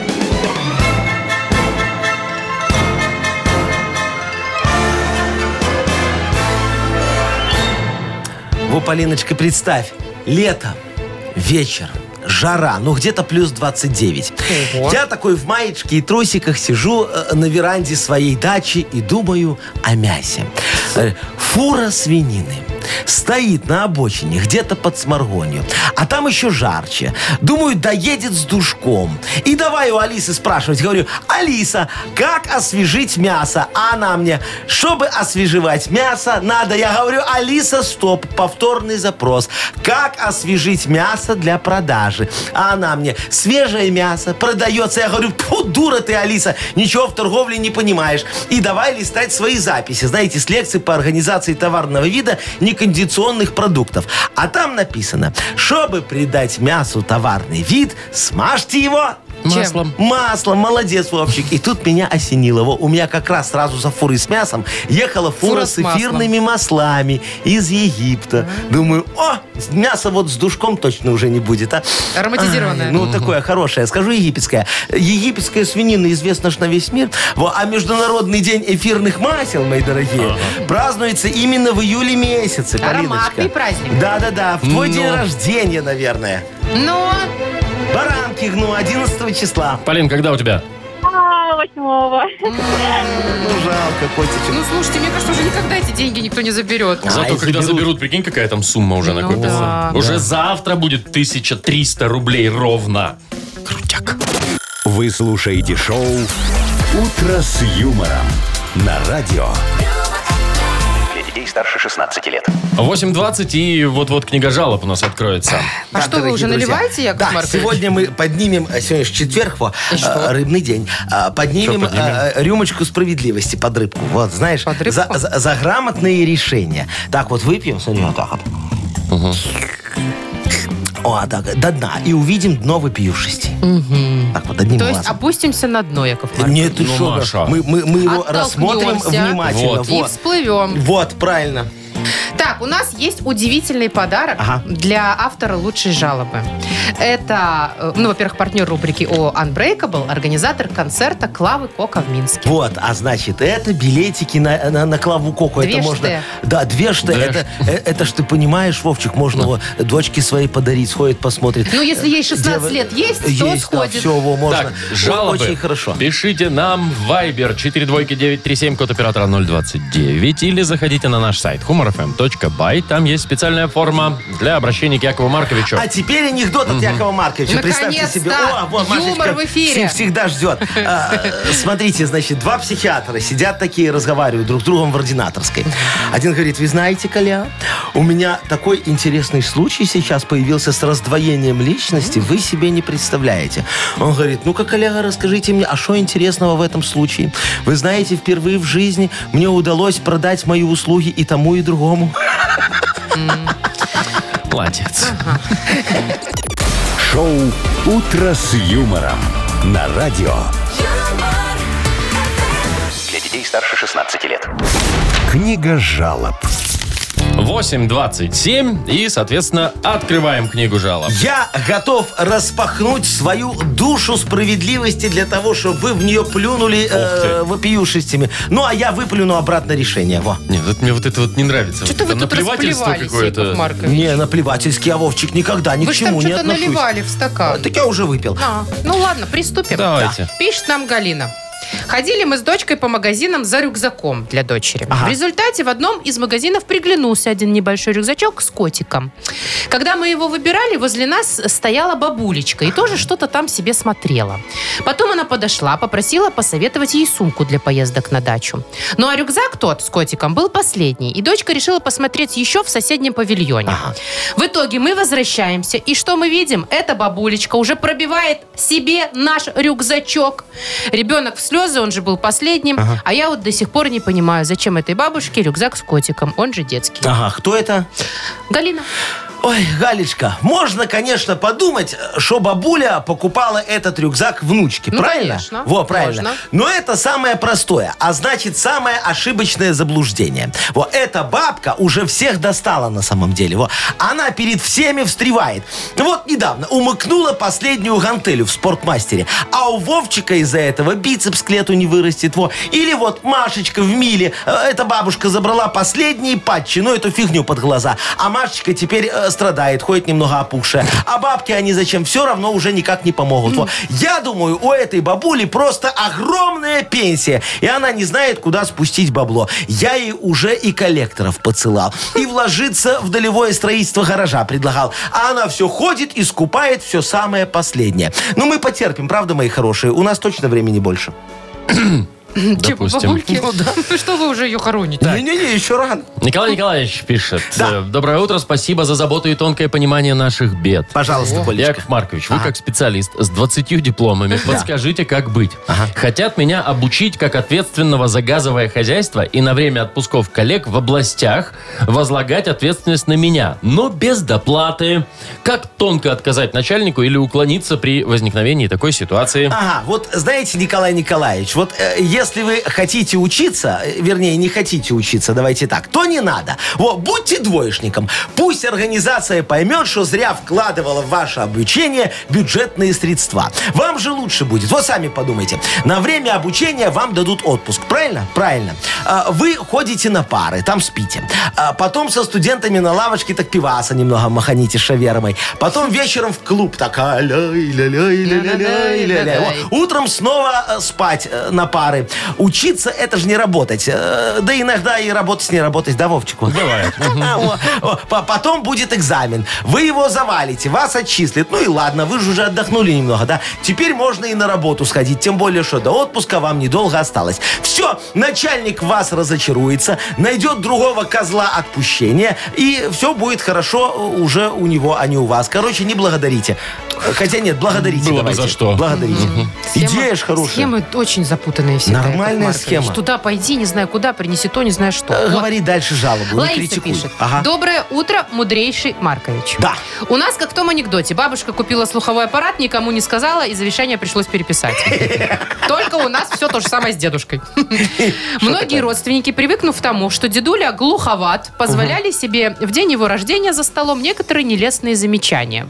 Во, Полиночка, представь, лето, вечер, жара, ну где-то плюс двадцать девять.
Ого.
Я такой в маечке и трусиках сижу э, на веранде своей дачи и думаю о мясе. Э, Фура свинины стоит на обочине, где-то под Сморгонью, а там еще жарче. Думаю, доедет с душком. И давай у Алисы спрашивать. Говорю, Алиса, как освежить мясо? А она мне, чтобы освежевать мясо, надо. Я говорю, Алиса, стоп, повторный запрос. Как освежить мясо для продажи? А она мне, свежее мясо продается. Я говорю, фу, дура ты, Алиса, ничего в торговле не понимаешь. И давай листать свои записи. Знаете, с лекции по организации товарного вида некондиционных продуктов. А там написано, чтобы придать мясу товарный вид, смажьте его
Маслом.
маслом. Молодец, Вовчик. И тут меня осенило. Во, у меня как раз сразу за фурой с мясом ехала фура,
Фура
с
с маслом.
эфирными маслами из Египта. Думаю, о, мясо вот с душком точно уже не будет, а?
Ароматизированное.
Ай, ну, такое хорошее. Скажу египетское. Египетская свинина известна ж на весь мир. Во, а Международный день эфирных масел, мои дорогие, празднуется именно в июле месяце, Полиночка.
Ароматный праздник.
Да-да-да. В твой
Ну.
день рождения, наверное.
Но
Баранки гну одиннадцатого числа.
Полин, когда у тебя?
А, восьмого.
Ну, жалко, котичек.
ну, слушайте, мне кажется, уже никогда эти деньги никто не заберет.
А,
Зато
и
когда
заберут.
заберут, прикинь, какая там сумма уже
Ну
накопится.
да.
Уже завтра будет тысяча триста рублей ровно. Крутяк.
Вы слушаете шоу «Утро с юмором» на радио.
Для детей старше шестнадцати лет.
восемь двадцать и вот-вот книга жалоб у нас откроется.
А
Так,
что, вы
дорогие
уже
друзья.
наливаете, Яков
Да,
Маркович?
сегодня мы поднимем, э, сегодня же четверг, во,
И что?
э, рыбный день, э, поднимем,
Что поднимем?
э, рюмочку справедливости под рыбку. Вот, знаешь,
Под рыбку?
за, за- за грамотные решения. Так вот выпьем, смотри, вот так вот. О, так, до дна. И увидим дно вопиюшести. Так вот, одним
То есть
глазом.
опустимся на дно, Яков Маркович.
Нет, ты
Ну,
что,
Маша.
мы, мы, мы его
Оттолкнемся.
рассмотрим внимательно.
Вот.
И
Вот.
всплывем.
Вот, правильно.
Так, у нас есть удивительный подарок
Ага.
для автора лучшей жалобы. Это, э, ну, во-первых, партнер рубрики ООО Unbreakable, организатор концерта Клавы Кока в Минске.
Вот, а значит, это билетики на, на, на Клаву Коку.
Две
это можно,
шты.
Да, две шты.
Две
Это, э, это ж ты понимаешь, Вовчик, можно вот дочке своей подарить, сходит, посмотрит.
Ну, если ей шестнадцать
Дев-
лет есть, то
есть,
сходит.
Да, все, во, можно.
Так,
О,
жалобы.
Очень хорошо.
Пишите нам в Viber четыре двойки девять три семь, код оператора ноль двадцать девять, или заходите на наш сайт humor f m точка by. Там есть специальная форма для обращения к Якову Марковичу.
А теперь анекдот от Якова Марковича. Представьте
Наконец-то!
себе. О, вот,
Юмор
Машечка
в эфире.
вс- всегда ждет. А, э, Смотрите, значит, два психиатра сидят такие, разговаривают друг с другом в ординаторской. Один говорит, вы знаете, Коля, у меня такой интересный случай сейчас появился с раздвоением личности, вы себе не представляете. Он говорит, ну-ка, Коля, расскажите мне, а что интересного в этом случае? Вы знаете, впервые в жизни мне удалось продать мои услуги и тому, и другому.
Молодец.
Шоу «Утро с юмором» на радио.
Для детей старше шестнадцати лет.
Книга жалоб.
восемь двадцать семь, и, соответственно, открываем книгу жалоб.
Я готов распахнуть свою душу справедливости для того, чтобы вы в нее плюнули э, вопиюшестями. Ну, а я выплюну обратно решение. Во.
Нет, вот мне вот это вот не нравится.
Что-то
Вот
вы
это
тут
наплевательство
расплевались,
какое-то.
Яков Маркович.
Не, наплевательский, а Вовчик никогда ни
Вы
к
же там
чему не
что-то
отношусь.
наливали в стакан.
Так я уже выпил.
А, ну ладно, приступим.
Давайте.
Пишет нам Галина. Ходили мы с дочкой по магазинам за рюкзаком для дочери.
Ага.
В результате в одном из магазинов приглянулся один небольшой рюкзачок с котиком. Когда мы его выбирали, возле нас стояла бабулечка и тоже что-то там себе смотрела. Потом она подошла, попросила посоветовать ей сумку для поездок на дачу. Ну а рюкзак тот с котиком был последний, и дочка решила посмотреть еще в соседнем павильоне.
Ага.
В итоге мы возвращаемся, и что мы видим? Эта бабулечка уже пробивает себе наш рюкзачок. Ребенок в слезы, он же был последним, ага. а я вот до сих пор не понимаю, зачем этой бабушке рюкзак с котиком, он же детский.
Ага, кто это?
Галина.
Ой, Галечка, можно, конечно, подумать, что бабуля покупала этот рюкзак внучке,
Ну,
правильно?
конечно,
Во, правильно.
можно.
Но это самое простое, а значит, самое ошибочное заблуждение. Вот эта бабка уже всех достала на самом деле. Во. Она перед всеми встревает. Вот недавно умыкнула последнюю гантелю в спортмастере, а у Вовчика из-за этого бицепс к лету не вырастет. Во. Или вот Машечка в Миле, э, эта бабушка забрала последние патчи, ну эту фигню под глаза, а Машечка теперь э, страдает, ходит немного опухшая. А бабки они зачем? Все равно уже никак не помогут. Во. Я думаю, у этой бабули просто огромная пенсия, и она не знает, куда спустить бабло. Я ей уже и коллекторов поцелал, и вложиться в долевое строительство гаража предлагал. А она все ходит и скупает все самое последнее. Ну, мы потерпим, правда, мои хорошие? У нас точно времени больше.
Типа
Допустим.
бабульки. Ну что вы уже ее хороните?
Не-не-не, еще рано.
Николай Николаевич пишет.
Да.
э, Доброе утро, спасибо за заботу и тонкое понимание наших бед.
Пожалуйста, Колечка.
Яков Маркович, вы
Ага.
как специалист с двадцатью дипломами, подскажите, как быть. Хотят меня обучить как ответственного за газовое хозяйство и на время отпусков коллег в областях возлагать ответственность на меня, но без доплаты. Как тонко отказать начальнику или уклониться при возникновении такой ситуации?
Ага, вот знаете, Николай Николаевич, вот э, если вы хотите учиться, э, вернее, не хотите учиться, давайте так, то не надо. Вот, будьте двоечником. Пусть организация поймет, что зря вкладывала в ваше обучение бюджетные средства. Вам же лучше будет. Вот сами подумайте. На время обучения вам дадут отпуск, правильно? Правильно. А, вы ходите на пары, там спите. А потом со студентами на лавочке так пиваса немного маханите с шавермой. Потом вечером в клуб так а-ля-ля-ля-ля-ля-ля-ля. Вот. Утром снова э, спать э, на пары. Учиться — это же не работать. Э, да иногда и работать, не работать, да, Вовчик?
Бывает.
Потом будет экзамен. Вы его завалите, вас отчислят. Ну и ладно, вы же уже отдохнули немного, да? Теперь можно и на работу сходить. Тем более, что до отпуска вам недолго осталось. Все, начальник в вас разочаруется, найдет другого козла отпущения, и все будет хорошо уже у него, а не у вас. Короче, не благодарите. Хотя нет, благодарите.
Было бы
давайте.
за что.
Благодарите.
Схема-
Идея ж хорошая.
Схемы очень запутанные всегда.
Нормальная
Яков Маркович.
схема.
Туда пойди, не знаю куда, принеси то, не знаю что.
Э,
Вот.
Говори дальше жалобу, не
Лариса
критикуй.
пишет.
Ага.
Доброе утро, мудрейший Маркович.
Да.
У нас, как в том анекдоте, бабушка купила слуховой аппарат, никому не сказала, и завещание пришлось переписать. Только у нас все то же самое с дедушкой. Многие родственники, привыкнув к тому, что дедуля глуховат, позволяли себе в день его рождения за столом некоторые нелестные замечания.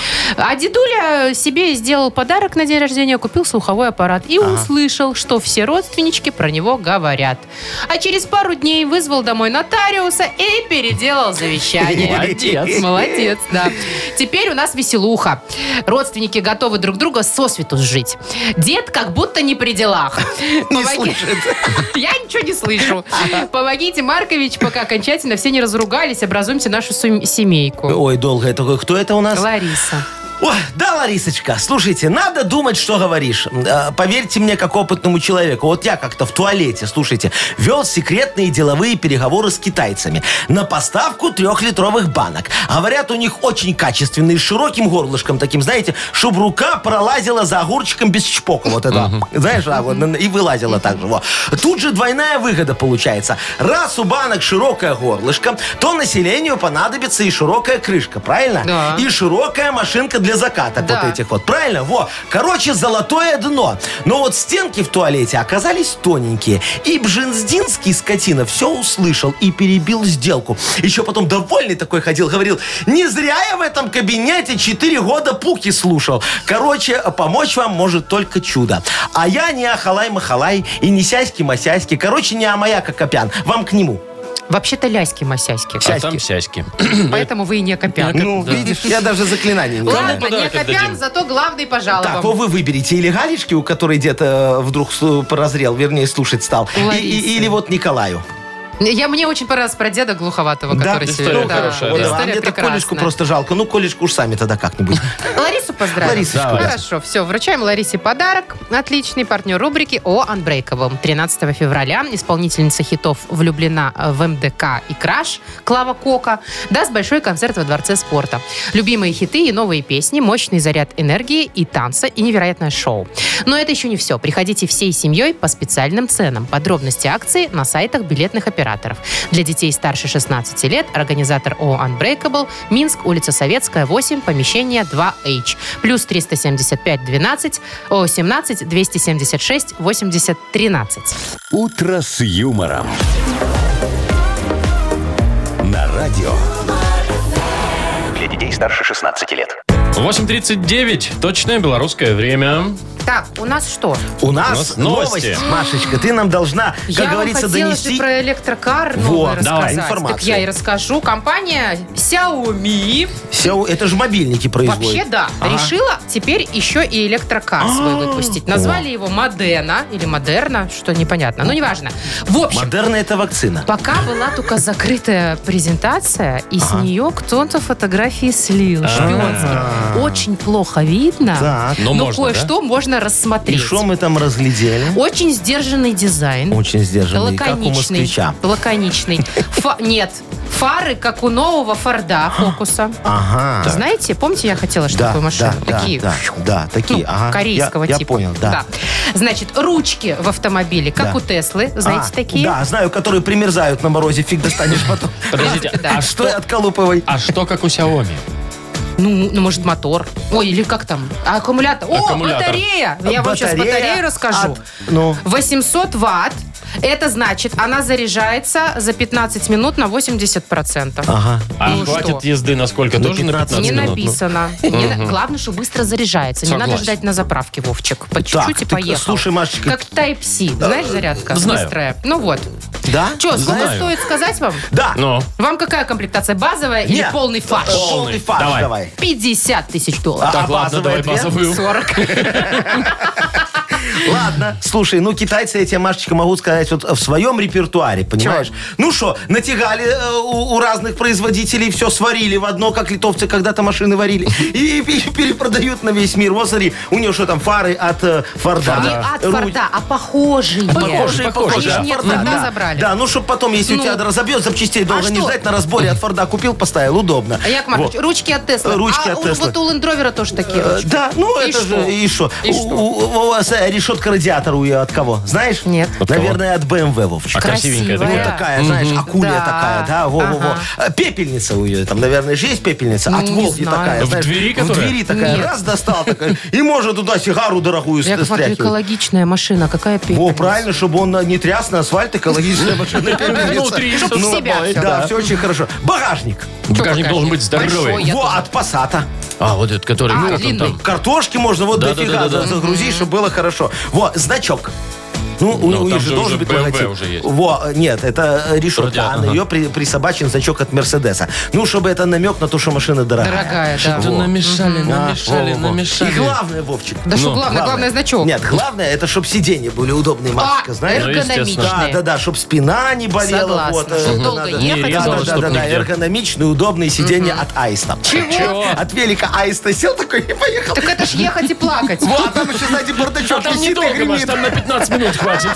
А дедуля себе сделал подарок на день рождения, купил слуховой аппарат и услышал, что все родственнички про него говорят. А через пару дней вызвал домой нотариуса и переделал завещание.
Молодец.
Молодец, да. Теперь у нас веселуха. Родственники готовы друг друга сосвету сжить. Дед как будто не при делах.
Не
Помоги-
слышит.
Я ничего не слышу. Помогите, Маркович, пока окончательно все не разругались, образуемте нашу сум- семейку.
Ой, долго это. Кто это у нас?
Лариса.
Ой, да, Ларисочка, слушайте, надо думать, что говоришь. Э, Поверьте мне, как опытному человеку. Вот я как-то в туалете, слушайте, вел секретные деловые переговоры с китайцами на поставку трехлитровых банок. Говорят, у них очень качественные, с широким горлышком таким, знаете, чтобы рука пролазила за огурчиком без чпока. Вот это, знаешь, а, вот, и вылазила так же. Во. Тут же двойная выгода получается. Раз у банок широкое горлышко, то населению понадобится и широкая крышка, правильно?
Да.
И широкая машинка для закаток
Да.
вот этих вот, правильно? Во, короче, золотое дно. Но вот стенки в туалете оказались тоненькие. И Бженздинский, скотина, все услышал и перебил сделку. Еще потом довольный такой ходил, говорил, не зря я в этом кабинете четыре года пуки слушал. Короче, помочь вам может только чудо. А я не ахалай-махалай и не сяськи-масяськи. Короче, не амаяка Копян. Вам к нему.
Вообще-то ляськи-масяськи.
А там сяськи.
Поэтому вы и не Акопян.
Ну,
Да.
видишь, я даже заклинание не знаю.
Ладно, не
подарок
Акопян,
отдадим?
зато главный по
Так,
жалобам.
вот вы выберете или Галечки, у которой где-то вдруг с- прозрел, вернее, слушать стал, и-
Ларисы.
и- или вот Николаю.
Я, мне очень понравилось про деда Глуховатого,
Да?
который
История
сегодня...
хорошая,
Вот,
да.
а
История
мне так
прекрасная.
Колечку просто жалко. Ну, Колечку уж сами тогда как-нибудь.
Ларису поздравим.
Ларисочку,
Давай.
да.
Хорошо, все, вручаем Ларисе подарок. Отличный партнер рубрики о Unbreakable. тринадцатого февраля исполнительница хитов «Влюблена в МДК» и «Краш» Клава Кока даст большой концерт во Дворце спорта. Любимые хиты и новые песни, мощный заряд энергии и танца, и невероятное шоу. Но это еще не все. Приходите всей семьей по специальным ценам. Подробности акции на сайтах билетных операторов. Для детей старше шестнадцати лет организатор ООО Unbreakable, Минск, улица Советская, восемь, помещение два эйч. Плюс триста семьдесят пять двенадцать, о, семнадцать двести семьдесят шесть восемьдесят тринадцать.
«Утро с юмором». На радио.
Для детей старше шестнадцати лет.
восемь тридцать девять. Точное белорусское время.
Так, у нас что?
У нас,
У нас
новость,
новости.
Машечка, ты нам должна, как
Я
говорится,
вам хотела
донести...
же про электрокар
Вот,
новое
давай,
рассказать.
информацию.
Так я и расскажу. Компания Xiaomi
Сяо- Это же мобильники производят.
вообще, да,
Ага.
решила теперь еще и электрокар свой выпустить. Назвали его Модена или Модерна, что непонятно. Ну, неважно. В общем,
Модерна это вакцина.
пока была только закрытая презентация, и с нее кто-то фотографии слил, шпионские. Очень плохо видно,
Так.
Но
но
можно,
кое-что можно
И
рассмотреть.
что мы там разглядели?
Очень сдержанный дизайн.
Очень сдержанный, как у
Лаконичный.
москвича.
Лаконичный. Фа- нет, фары, как у нового Форда Фокуса.
Ага.
Знаете, помните, я хотела же
Да,
такую машину?
да,
такие,
да, да, такие,
ну,
ага.
корейского
Я- я
типа.
понял, да.
Значит, ручки в автомобиле, как
Да.
у Теслы, знаете,
А,
такие?
Да, знаю, которые примерзают на морозе, фиг достанешь потом.
Подождите,
Да.
а
Что
что,
отколупывай?
а что как у Xiaomi?
Ну, ну, может, мотор. Ой, или как там? А, аккумулятор. О,
Аккумулятор.
батарея! Я вам сейчас
Батарея
батарею расскажу.
от- ну.
восемьсот ватт. Это значит, она заряжается за пятнадцать минут на восемьдесят процентов.
Ага.
А
Ну
хватит
что?
езды на сколько?
На
Тоже на
пятнадцать
Не
пятнадцать минут?
написано. Не на- Главное, что быстро заряжается. Не
Согласен.
надо ждать на заправке, Вовчик. По чуть-чуть и
ты,
поехал.
слушай, Машечка,
Как Type-C. Знаешь, зарядка
знаю.
быстрая. Ну вот.
да?
Что, сколько
Знаю.
стоит сказать вам?
Да.
Ну,
Вам какая комплектация? Базовая или
Нет.
полный фарш?
Полный.
Полный фарш
Давай.
давай.
пятьдесят тысяч долларов.
так,
а
ладно, давай
базовая две?
базовую.
сорок.
Ладно, слушай, ну китайцы, я тебе, Машечка, могу сказать, вот в своем репертуаре, понимаешь? Ну что, натягали э, у, у разных производителей, все сварили в одно, как литовцы когда-то машины варили, и, и перепродают на весь мир. Вот смотри, у нее что там, фары от э, Форда.
Не от
Руль-
Форда, а похожие.
Похожие,
похожие,
похожие.
да.
Они ж нет,
Форда,
Форда
да.
забрали.
Да, ну чтобы потом, если
Ну.
у тебя разобьет, запчастей долго
А
не
что?
ждать, на разборе от Форда купил, поставил, удобно.
А, Яков Маркович,
Вот.
ручки от Теслы.
Ручки
а
от
у-
Теслы.
вот у Land Rover тоже такие
Э,
ручки.
Да, ну
И
это
что?
же, и что?
И
У-
что?
У, у вас э, решетка радиатора у ее от кого? Знаешь?
Нет.
От кого?
Наверное, от бэ эм вэ, Вовчик.
А красивенькая
Красивая.
такая.
Такая, знаешь, акулья
Да.
такая, да, во-во-во.
Ага.
Э, Пепельница у нее, там, наверное, же есть пепельница.
Ну,
От
не
Волги
знаю.
такая,
В
знаешь.
двери
В
которая?
двери такая,
Нет.
раз достал такая, и может туда сигару дорогую
Яков Маркович,
стряхивать.
экологичная машина. Какая пепельница?
Во, правильно, чтобы он не тряс на асфальт, экологичная машина пепельница.
Внутри,
Чтоб в
ну,
себя
давай.
всё.
Да, все очень хорошо. Багажник.
Багажник должен быть
Большой,
здоровый.
я
Во,
тоже.
от Пассата.
А, вот этот, который...
А,
как он
длинный.
там?
Картошки можно вот
Да,
дофига
да, да, да, да.
загрузить, чтобы было хорошо. Вот, значок. Ну, у,
Ну,
у них
там
же
же
должен
уже
быть
бэ эм вэ
логотип.
уже есть.
Во, нет, это э, решетка,
Вроде,
а на
ага.
ее при- присобачен значок от Мерседеса. Ну, чтобы это намек на то, что машина дорогая.
Дорогая, да.
Что-то намешали,
А,
намешали,
во-во-во.
намешали.
И главное, Вовчик.
Да что
Ну,
главное, главное значок.
Нет, главное, это чтобы сиденья были удобные, Машечка,
А,
знаешь?
Ну,
эргономичные.
естественно.
Да, да, да, чтобы спина не болела.
Согласна.
Вот, э,
Чтоб
надо-
долго
Не
ехать.
Да, да,
резалось,
да,
чтоб
да, да,
нигде.
эргономичные, удобные сиденья от Аиста.
Чего?
От велика Аиста сел такой и поехал.
Так это ж ехать и плакать.
Вот, а там еще сзади
А
бардачок
там
висит и
недолго, Маш,
гремит.
там на пятнадцать минут хватит.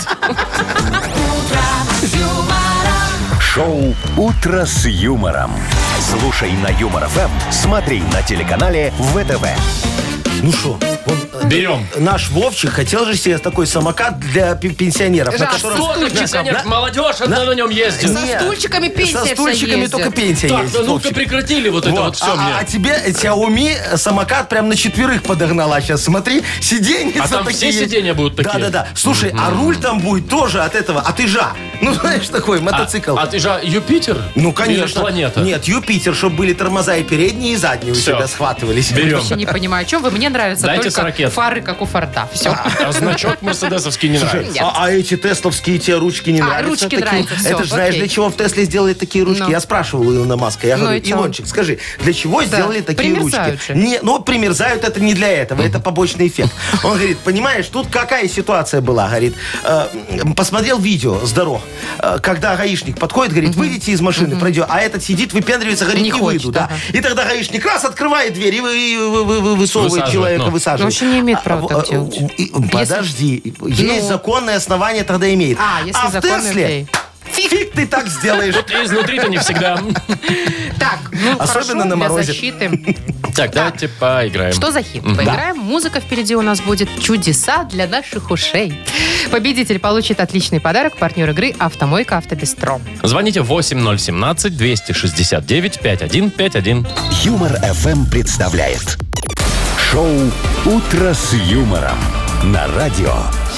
Шоу «Утро с юмором». Слушай на Юмор ФМ, смотри на телеканале вэ тэ вэ.
Ну что,
Берем.
наш Вовчик хотел же себе такой самокат для пи- пенсионеров, на
Жак,
котором...
Кто тут пенсионер?
Да.
Молодежь одна на нем ездит.
Со
Нет.
стульчиками пенсия
Со
вся
стульчиками
ездит.
только пенсия
Так,
есть,
да ну-ка
Вовчик.
прекратили вот это вот все
а,
мне.
а тебе Xiaomi самокат прям на четверых подогнала сейчас. Смотри, сиденья
А там все сиденья будут такие?
Да-да-да. Слушай, а руль там будет тоже от этого, от Ижа. Ну, знаешь, такой мотоцикл.
А, а ты же Юпитер?
Ну,
Или
конечно.
планета?
Нет, Юпитер, чтобы были тормоза и передние, и задние у
Всё.
тебя схватывались.
Берем.
Вообще не понимаю, о чем вы мне нравятся
Дайте
только
сорокет.
фары, как у Форда. Все.
А значок мерседесовский не нравится.
Нет.
А, а эти тесловские тебе ручки не
А,
нравятся?
ручки
такие?
нравятся, всё,
Это же знаешь,
окей.
для чего в Тесле сделали такие ручки?
Ну.
Я спрашивал у Илона Маска. Я
Ну
говорю,
и чё?
Илончик, скажи, для чего сделали такие ручки?
примерзают же.
Не, ну, примерзают это не для этого, это побочный эффект. Он говорит, понимаешь, тут какая ситуация была? Говорит, э, посмотрел видео с дорог, э, когда гаишник подходит, говорит, выйдите из машины, пройдет, а этот сидит, выпендривается, говорит,
Не
не,
хочет,
выйду. Да.
ага.
И тогда гаишник раз открывает дверь и, вы- и вы- вы- вы- высовывает
Высаживает,
человека,
ну.
высаживает.
Ну, вообще не имеет права
А,
так
а,
делать.
и- Подожди, есть
Ну.
законное основание, тогда имеет.
А, если
в
законное,
Тесле
окей.
фиг ты так сделаешь.
И изнутри-то не всегда.
Так, ну
Особенно
хорошо,
на
для
морозе.
защиты.
Так, давайте поиграем.
Что за хит? Поиграем. Музыка впереди у нас будет. Чудеса для наших ушей. Победитель получит отличный подарок. Партнер игры «Автомойка Автобестро».
Звоните восемь ноль семнадцать двести шестьдесят девять пятьдесят один пятьдесят один.
Юмор эф эм представляет шоу «Утро с юмором» на радио.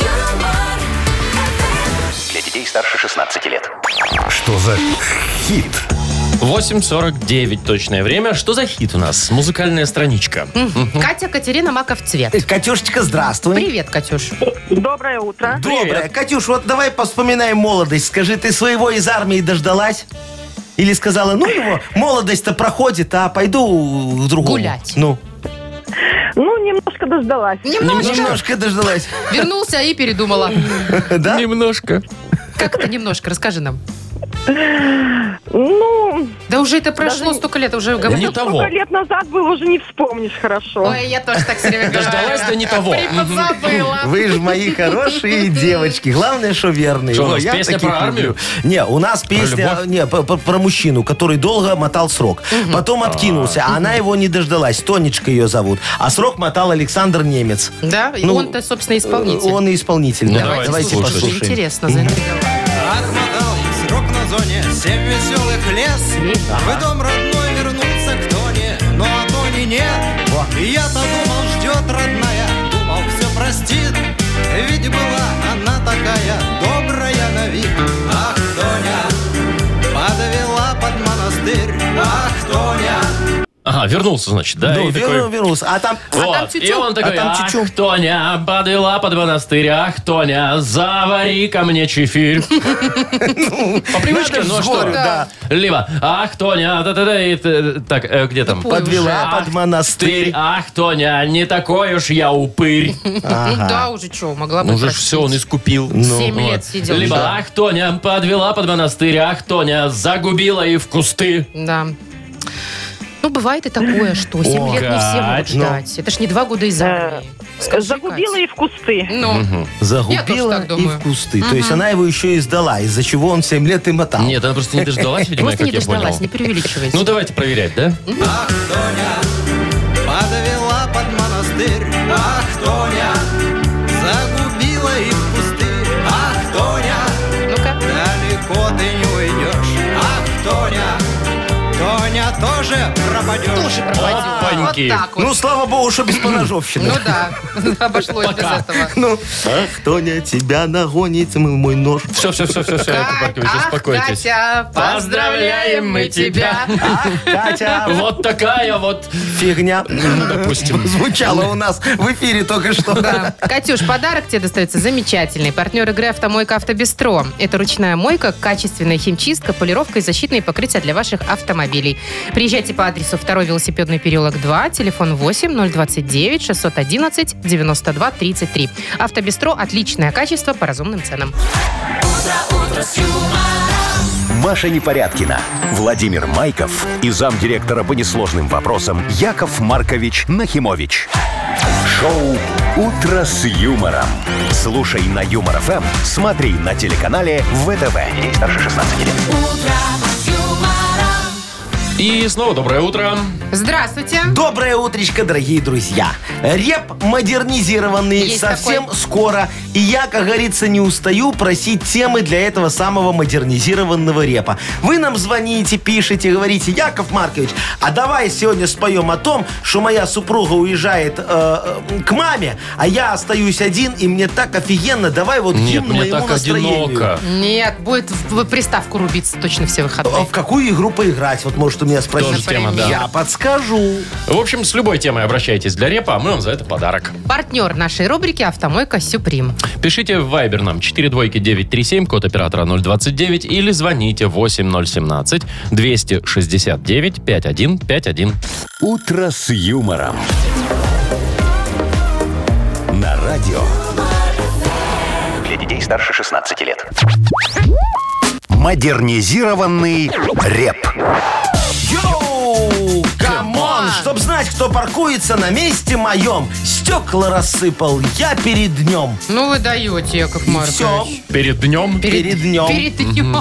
Для детей старше шестнадцати лет.
Что за хит?
восемь сорок девять точное время. Что за хит у нас? Музыкальная страничка.
Катя Катерина Маков цвет.
Катюшечка, здравствуй.
Привет, Катюш.
Доброе утро.
Доброе. Катюш, вот давай вспоминаем молодость. Скажи, ты своего из армии дождалась? Или сказала, ну его, молодость-то проходит, а пойду к другому.
Гулять.
Ну,
Ну, немножко дождалась.
Немножко.
немножко дождалась.
Вернулся и передумала.
Да?
Немножко.
Как это немножко? Расскажи нам.
Ну,
Да уже это прошло
Даже-
столько лет, уже
Не
говорил.
того.
сколько лет назад было, уже не вспомнишь хорошо.
Ой, я тоже так все время говорю.
Дождалась, да не того.
Забыла.
Вы же мои хорошие девочки. Главное, что верные.
Что у
Во,
нас,
я
песня
таких
про армию?
люблю. Не, у нас песня
любовь?
не, по- по- про мужчину, который долго мотал срок. Потом откинулся, а она его не дождалась. Тонечка ее зовут. А срок мотал Александр Немец.
Да, и
Ну,
он-то, собственно, исполнитель.
Он и исполнитель.
Ну,
Да,
давайте
давайте
слушать.
послушаем.
Интересно, заинтриговала.
Отмотал я срок на зоне, семь веселых лет. В дом родной вернуться к Тоне, но а Тони нет. И я-то думал, ждет родная, думал, все простит. Ведь была она такая добрая на вид. Ах, Тоня, подвела под монастырь. Ах, Тоня.
Ага, вернулся, значит, да?
Ну,
и
верну-
такой...
вернулся. А там...
Вот,
там
и
чуть-чуть.
он такой,
А там
ах,
чуть-чуть.
Тоня, подвела под монастырь, ах, Тоня, завари ко мне чефирь. По привычке,
надо
ну а
с
что?
горю, да.
Либо, ах, Тоня, да-да-да, и т- так, э, где там?
Подвела
Ах,
под монастырь.
ты, ах, Тоня, не такой уж я упырь.
Ну да, уже что, могла бы
Ну уже ж
простить.
все, он искупил.
Семь
Вот.
лет сидел.
Либо,
Да.
ах, Тоня, подвела под монастырь, ах, Тоня, загубила и в кусты.
Да. Ну, бывает и такое, что семь
О,
лет не все могут
Кать,
ждать. Это ж не два года из армии. Скажи,
Загубила
Кать.
и в кусты.
Ну,
Загубила
Я тоже так
и
думаю.
в кусты. То есть она его еще и сдала, из-за чего он семь лет и мотал.
Нет, она просто не дождалась, видимо,
просто
как
не
я понял.
дождалась, не преувеличивайте.
Ну, давайте проверять, да?
Ах, Тоня, подвела под монастырь. Ах, Тоня, загубила и в кусты. Ах, Тоня,
Ну-ка.
далеко ты не уйдешь. Ах, Тоня, Тоня тоже пропадешь.
Тоже пропадет.
Опаньки.
Вот так вот.
Ну, слава богу, что без поножовщины.
Ну да, обошлось без
Пока.
этого.
Ну, ах, Тоня, тебя нагонит мой нож.
Все, все, все, все, все, Яков
Кать,
Маркович,
ах,
успокойтесь.
Катя, поздравляем мы тебя.
Ах, Катя,
Вот такая вот,
фигня.
допустим.
Звучало у нас в эфире только что.
Да. Катюш, подарок тебе достается замечательный. Партнер игры «Автомойка Автобестро». Это ручная мойка, качественная химчистка, полировка и защитные покрытия для ваших автомобилей. Приезжайте по адресу второй велосипедный переулок два, телефон восемь ноль двадцать девять шестьсот одиннадцать девяносто два тридцать три. «Автобестро» – отличное качество по разумным ценам.
Маша Непорядкина, Владимир Майков и замдиректора по несложным вопросам Яков Маркович Нахимович. Шоу «Утро с юмором». Слушай на Юмор ФМ, смотри на телеканале ВТВ. Ей старше шестнадцати лет.
И снова доброе утро.
Здравствуйте.
Доброе утречко, дорогие друзья. Реп модернизированный
Есть
совсем
такой.
скоро. И я, как говорится, не устаю просить темы для этого самого модернизированного репа. Вы нам звоните, пишете, говорите: Яков Маркович, а давай сегодня споем о том, что моя супруга уезжает э, э, к маме, а я остаюсь один, и мне так офигенно. Давай вот
Нет,
гимн
мне
моему
так
настроению.
одиноко.
Нет, будет в приставку рубиться точно все
А
выходные.
в какую игру поиграть? Вот, может, у меня спросить?
Тоже тема, да.
Я подскажу.
В общем, с любой темой обращайтесь для репа, а мы вам за это подарок.
Партнер нашей рубрики «Автомойка Сюприм».
Пишите в Viber нам четыре двойки девять три семь, код оператора ноль двадцать девять, или звоните восемь ноль семнадцать двести шестьдесят девять пятьдесят один пятьдесят один.
«Утро с юмором». На радио.
Для детей старше шестнадцати лет.
Модернизированный реп.
Йоу, камон! Чтоб знать, кто паркуется на месте моем, стекла рассыпал я перед днем.
Ну вы даете, Яков Маркович.
Все,
Перед днем.
перед днем.
Перед днем.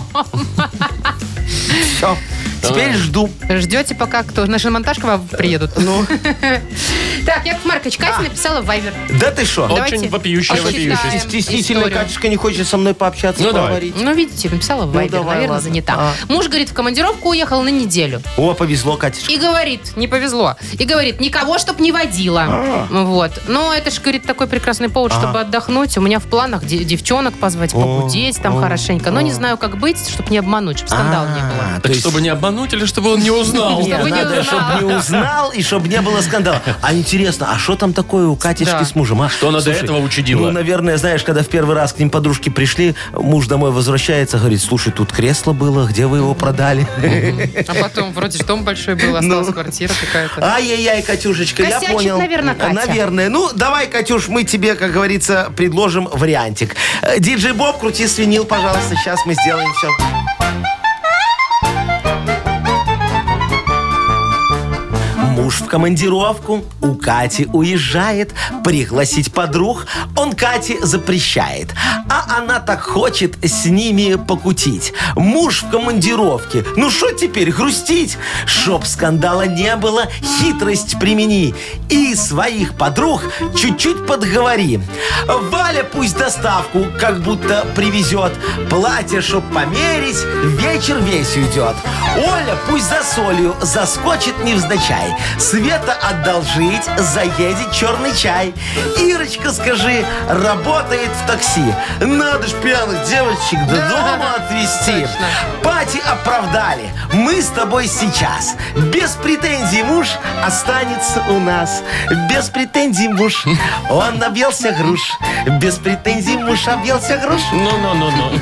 Все. Теперь жду.
Ждете, пока кто? На шиномонтаж к вам приедут? Ну. Так, Яков Маркович, Катя написала в Вайбер.
Да ты что?
Давайте
Очень вопиющая,
почитаем
вопиющая.
Стеснительно,
историю.
Катюшка не хочет со мной пообщаться,
Ну, давай.
поговорить.
Ну, видите, написала в Вайбер,
давай,
наверное,
ладно.
занята.
А.
Муж, говорит, в командировку уехал на неделю.
О, повезло, Катюшка.
И говорит, не повезло. И говорит, никого, чтоб не водила.
А.
Вот. Но это же, говорит, такой прекрасный повод, чтобы отдохнуть. У меня в планах де- девчонок позвать, похудеть там
о,
хорошенько. Но не знаю, как быть, чтобы не обмануть, чтобы скандала не было.
А, то
Так
есть-
чтобы не обмануть или чтобы он не узнал?
Нет,
Чтобы не
надо,
узнал.
чтобы не узнал и чтобы не было скандала. А интересно, а что там такое у Катюшки
Да.
с мужем? А?
Что она до этого учудила?
Ну, наверное, знаешь, когда в первый раз к ним подружки пришли, муж домой возвращается, говорит, слушай, тут кресло было, где вы его продали?
А потом, вроде же дом большой был, осталась квартира какая-то.
Ай-яй-яй, Катюшечка, я
Косячит,
понял.
наверное, Катя.
Наверное. Ну, давай, Катюш, мы тебе, как говорится, предложим вариантик. Э, Диджей Боб, крути свинил, пожалуйста, сейчас мы сделаем все. Муж в командировку у Кати уезжает. Пригласить подруг он Кате запрещает. А она так хочет с ними покутить. Муж в командировке. Ну что теперь грустить? Чтоб скандала не было, хитрость примени. И своих подруг чуть-чуть подговори. Валя пусть доставку как будто привезет. Платье, чтоб померить, вечер весь уйдет. Оля пусть за солью заскочит невзначай. Света одолжить, заедет черный чай. Ирочка, скажи, работает в такси. Надо ж пьяных девочек до
Да,
дома отвезти.
точно.
Пати оправдали. Мы с тобой сейчас. Без претензий муж останется у нас. Без претензий муж. Он объелся груш. Без претензий муж объелся груш.
Ну-ну-ну-ну.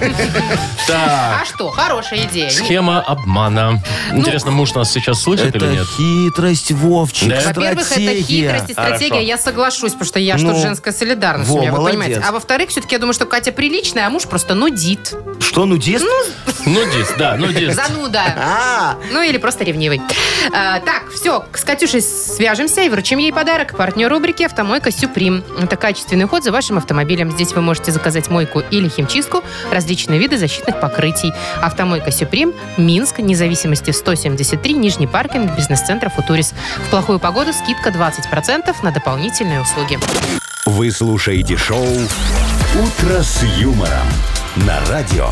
А
Так,
что, хорошая идея.
схема обмана. Интересно, муж нас сейчас слышит или
Это
нет?
хитрость, Вовчик,
Да?
Во-первых, это
стратегия.
хитрость и стратегия,
Хорошо.
я соглашусь, потому что я что
Ну,
женская солидарность
во,
у меня, вы
молодец.
понимаете. А во-вторых, все-таки я думаю, что Катя приличная, а муж просто нудит.
Что, нудист?
Нудист, да, нудист.
Зануда.
А,
Ну или просто ревнивый. А, так, все, с Катюшей свяжемся и вручим ей подарок. Партнер рубрики «Автомойка Сюприм». Это качественный уход за вашим автомобилем. Здесь вы можете заказать мойку или химчистку, различные виды защитных покрытий. «Автомойка Сюприм», Минск, независимости сто семьдесят три, Нижний паркинг, бизнес-центр «Футурис». В плохую погоду скидка двадцать процентов на дополнительные услуги.
Вы слушаете шоу «Утро с юмором» на радио.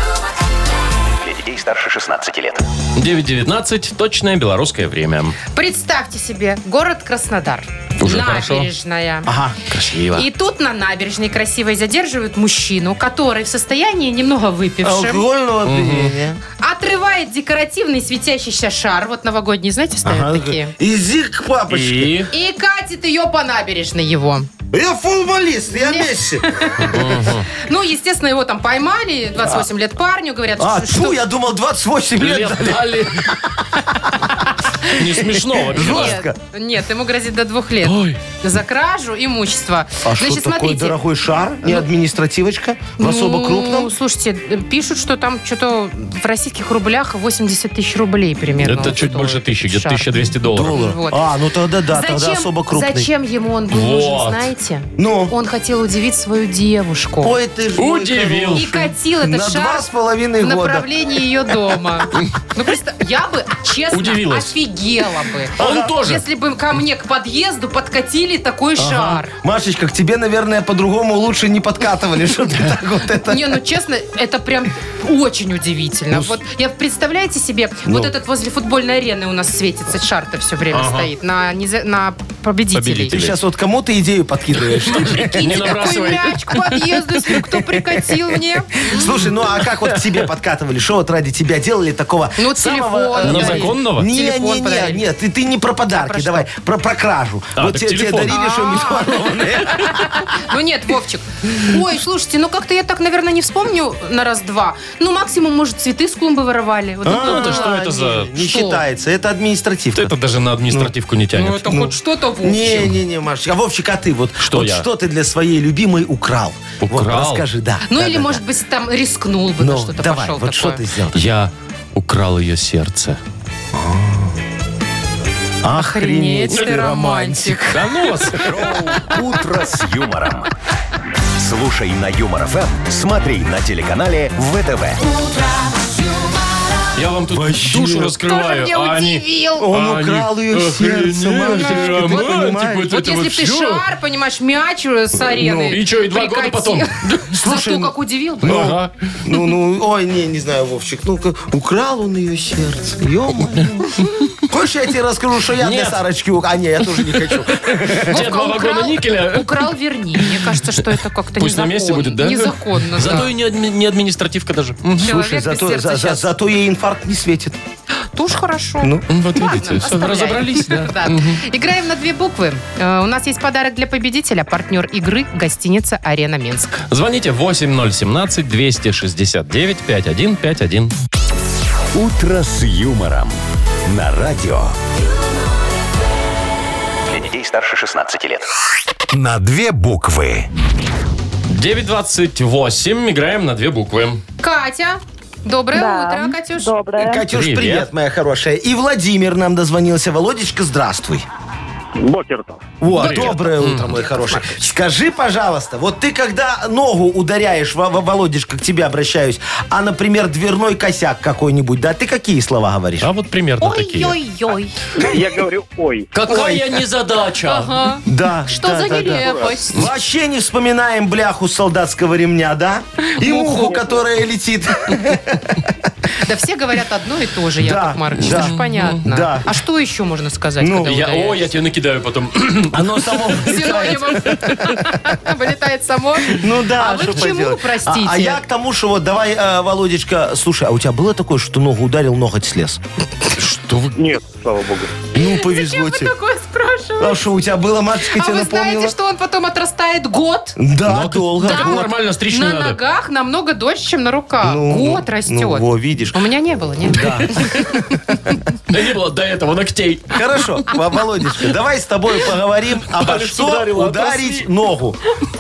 Для детей старше шестнадцати лет.
девять девятнадцать, точное белорусское время.
Представьте себе, город Краснодар.
Уже хорошо.
Набережная.
ага.
Красиво.
И тут на набережной красивой задерживают мужчину, который в состоянии немного выпившим
Алкогольного опьянения.
отрывает декоративный светящийся шар. Вот новогодние, знаете, ставят
Ага,
такие.
Иди к папочке.
И
И катит ее по набережной его.
Я футболист, я
Нет.
Месси.
Ну, естественно, его там поймали. двадцать восемь лет парню. Говорят,
А,
что...
тьфу, я думал, двадцать восемь лет
лет
дали.
дали. Не смешно вообще.
Жестко.
Нет, нет, ему грозит до двух лет.
Ой.
За кражу, имущество.
А
Значит,
что такой
смотрите.
дорогой шар? Не административочка? В особо
Ну,
крупном?
слушайте, пишут, что там что-то в российских рублях восемьдесят тысяч рублей примерно.
Это
вот
чуть
стоит
больше тысячи, где-то
шар.
тысяча двести долларов.
Доллар.
Вот.
А, ну тогда да, тогда особо крупный.
зачем ему он был
Вот.
нужен, знаете?
Ну?
Он хотел удивить свою девушку.
Ой, ты ж мой
Удивил.
хороший.
И катил этот
На
шар
два с половиной
в
года.
направлении ее дома. Ну, просто я бы, честно,
Удивилась.
офигела. офигела бы.
А он тоже.
Если бы ко мне к подъезду подкатили такой шар.
Машечка, к тебе, наверное, по-другому лучше не подкатывали, что ты так вот это...
Не, ну честно, это прям очень удивительно. Вот я, представляете себе,
Ну.
вот этот возле футбольной арены у нас светится шар-то все время
Ага.
стоит на, низа- на победителей.
Победителей.
Ты сейчас вот кому-то идею подкидываешь.
Не
Прикиньте, такой
набрасывай.
мяч к подъезду, если кто прикатил мне.
Слушай, ну а как вот к тебе подкатывали? Что вот ради тебя делали такого
Ну,
самого...
телефон
э,
На законного?
Не,
Телефон
не, не,
подарили.
нет, ты, ты не про подарки,
про что?
давай, про, про кражу.
А,
вот
так
те- тебе
телефон.
дарили что-нибудь ворованное.
Ну нет, Вовчик. Ой, слушайте, ну как-то я так, наверное, не вспомню на раз-два. Ну, максимум, может, цветы с клумбы воровали. Вот такое
Ну, это
было.
что это за...
Не
Что?
считается, это административка.
Это даже на административку не
Ну,
тянет.
это хоть что-то, Вовчик.
Не-не-не, Машечка. А Вовчик, а ты вот
Что
вот
я?
что ты для своей любимой украл? Вот,
Украл?
расскажи, да.
Ну,
да,
или,
да,
может
да.
быть, там рискнул бы,
Ну,
на что-то
давай,
пошел
вот
такое.
что ты сделал?
Я украл ее сердце.
Охренеть ты романтик.
Да ну вас.
Шоу «Утро с юмором». Слушай на Юмор ФМ, смотри на телеканале ВТВ.
Я вам тут
Вообще.
душу
Тоже
раскрываю,
мне
а они...
удивил.
Он
а они
украл ее сердце,
охренели,
Машечка, ты
романтик,
понимаешь?
вот
Вот
это
если
вот
бы ты
всё.
шар, понимаешь, мяч с арены.
Ну, и чё, и два года
прикатил.
потом?
Зато как удивил бы.
Ага.
Ну, ну, ой, не, не знаю, Вовчик, ну-ка, украл он ее сердце, ё-моё. Хочешь, я тебе расскажу, что я для
Нет.
Сарочки украл? А, не, я тоже не хочу.
Те два вагона никеля.
Украл, верни. Мне кажется, что это как-то
Пусть на
незаконно.
месте будет, да?
Незаконно,
Зато
да.
и не, адми- не административка даже. М.
Человек
Слушай,
без
зато,
сердца
за- за-
щас.
зато ей инфаркт не светит.
Тоже хорошо.
Ну.
Вот
Ладно,
видите, всё,
оставляем.
разобрались, да.
Да. Играем на две буквы. Э, У нас есть подарок для победителя. Партнер игры – гостиница «Арена Минск».
Звоните восемь ноль семнадцать двести шестьдесят девять пятьдесят один пятьдесят один.
«Утро с юмором» на радио.
Для детей старше шестнадцати лет.
На две буквы.
девять двадцать восемь. Играем на две буквы.
Катя. Доброе
Да.
утро, Катюш.
Доброе.
Катюш,
Привет.
привет, моя хорошая. И Владимир нам дозвонился. Володечка, здравствуй.
Бокертов.
Вот,
Привет.
доброе утро, мой хороший. Скажи, пожалуйста, вот ты когда ногу ударяешь, Во- Во- Володечка, к тебе обращаюсь, а, например, дверной косяк какой-нибудь, да, ты какие слова говоришь?
А вот примерно такие.
Ой-ой-ой.
Я говорю, ой.
Какая незадача.
Ага.
Да.
Что
да,
за
да, да.
нелепость?
Вообще не вспоминаем бляху с солдатского ремня, да? И муху, которая летит.
Да все говорят одно и то же, Яков
Да,
Маркович.
да.
Это ж понятно.
Да.
А что еще можно сказать,
Ну,
когда
Я,
ударяешь?
о, я тебе накидаю потом.
Оно само вылетает.
Синонимом. Вылетает само.
Ну да,
А вы
что
к чему,
поделать?
простите?
А, а я к тому, что вот давай, э, Володечка, слушай, а у тебя было такое, что ногу ударил, ноготь слез?
Что вы...
Нет, слава богу.
Ну,
Зачем
повезло
вы
тебе.
такое спрашиваете?
А что, у тебя было, матушка,
А
тебе
вы
напомнила?
знаете, что он потом отрастает год?
Да,
Ноготь?
долго.
Так
год.
нормально стричь не
На
надо.
ногах намного дольше, чем на руках.
Ну,
Год
ну,
растет.
Ну, во, видишь.
У меня не было, нет?
Да.
Да не было до этого ногтей.
Хорошо, Во- Володечка, давай с тобой поговорим обо
Палец
что
ударила,
ударить
отросли.
ногу.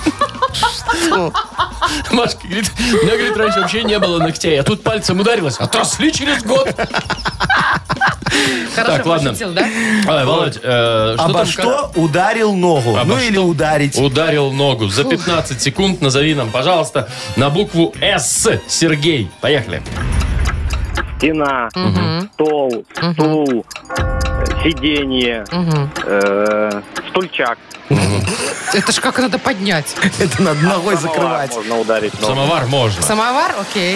Машка говорит, у меня, говорит, раньше вообще не было ногтей, а тут пальцем ударилась, отросли через год.
Хорошо
Так, ладно.
пошутил, да?
Ай, Володь, э, что
Обо
там?
что ударил ногу?
Обо
Ну
что?
или ударить.
Ударил ногу. За пятнадцать секунд назови нам, пожалуйста, на букву «С». Сергей. Поехали.
Стена, стол, стул, э, сиденье,
Мгм.
э, стульчак.
Это ж как надо поднять.
Это надо ногой
Самовар
закрывать.
можно ударить. ногу.
Самовар можно.
Самовар? Окей.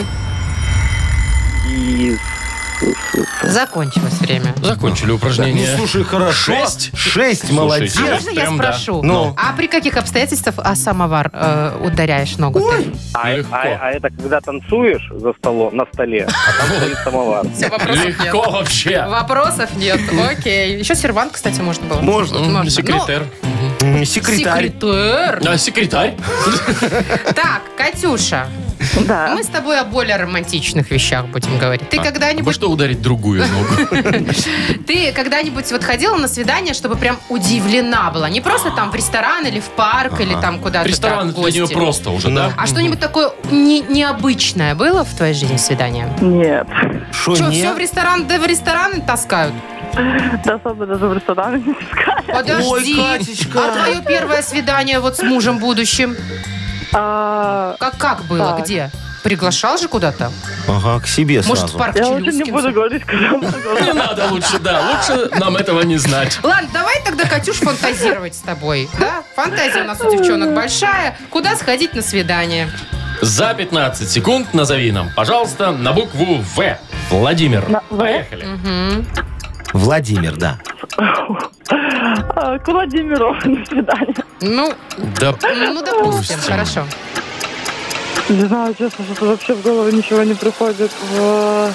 И
Закончилось время.
Закончили
Ну,
упражнение.
слушай, хорошо.
Шесть.
Шесть,
Слушайте,
молодец.
А можно я
прям да.
спрошу?
Ну.
А при каких обстоятельствах а самовар э, ударяешь ногу? ты?
А,
Легко.
а- а это когда танцуешь за столом, на столе, а там стоит самовар.
Всё, вопросов нет.
Легко вообще.
Вопросов нет. Окей. Еще сервант, кстати, можно было.
Можно.
М,
Можно.
Секретарь.
М, Секретарь.
Секретарь.
А, секретарь.
Так, Катюша,
Да.
мы с тобой о более романтичных вещах будем говорить. Ты
А вы
когда-нибудь,
что ударить другую ногу?
ты когда-нибудь вот ходила на свидание, чтобы прям удивлена была? Не просто там в ресторан или в парк, или там куда-то
Ресторан
так, в
для нее
гости.
просто уже, да?
А что-нибудь такое не- необычное было в твоей жизни свидание?
Нет.
Шо,
Что,
нет?
все в ресторан, да в рестораны таскают?
Да особо даже в ресторане не искали.
Подожди.
Ой, Катечка.
А твое первое свидание вот с мужем будущим?
А,
Как, как было?
Так.
Где? Приглашал же куда-то?
Ага, к себе
Может,
сразу.
в парк
Я лучше не
Челюскинцев?
буду говорить, куда буду говорить.
Не надо лучше, да. Лучше нам этого не знать.
Ладно, давай тогда, Катюш, фантазировать с тобой. Да? Фантазия у нас у девчонок большая. Куда сходить на свидание?
За пятнадцать секунд назови нам, пожалуйста, на букву В. Владимир.
На В?
Поехали.
Владимир, да.
А, К Владимиру на свидание.
Ну,
Да,
ну допустим, хорошо.
Не знаю, честно, что-то вообще в голову ничего не приходит. В-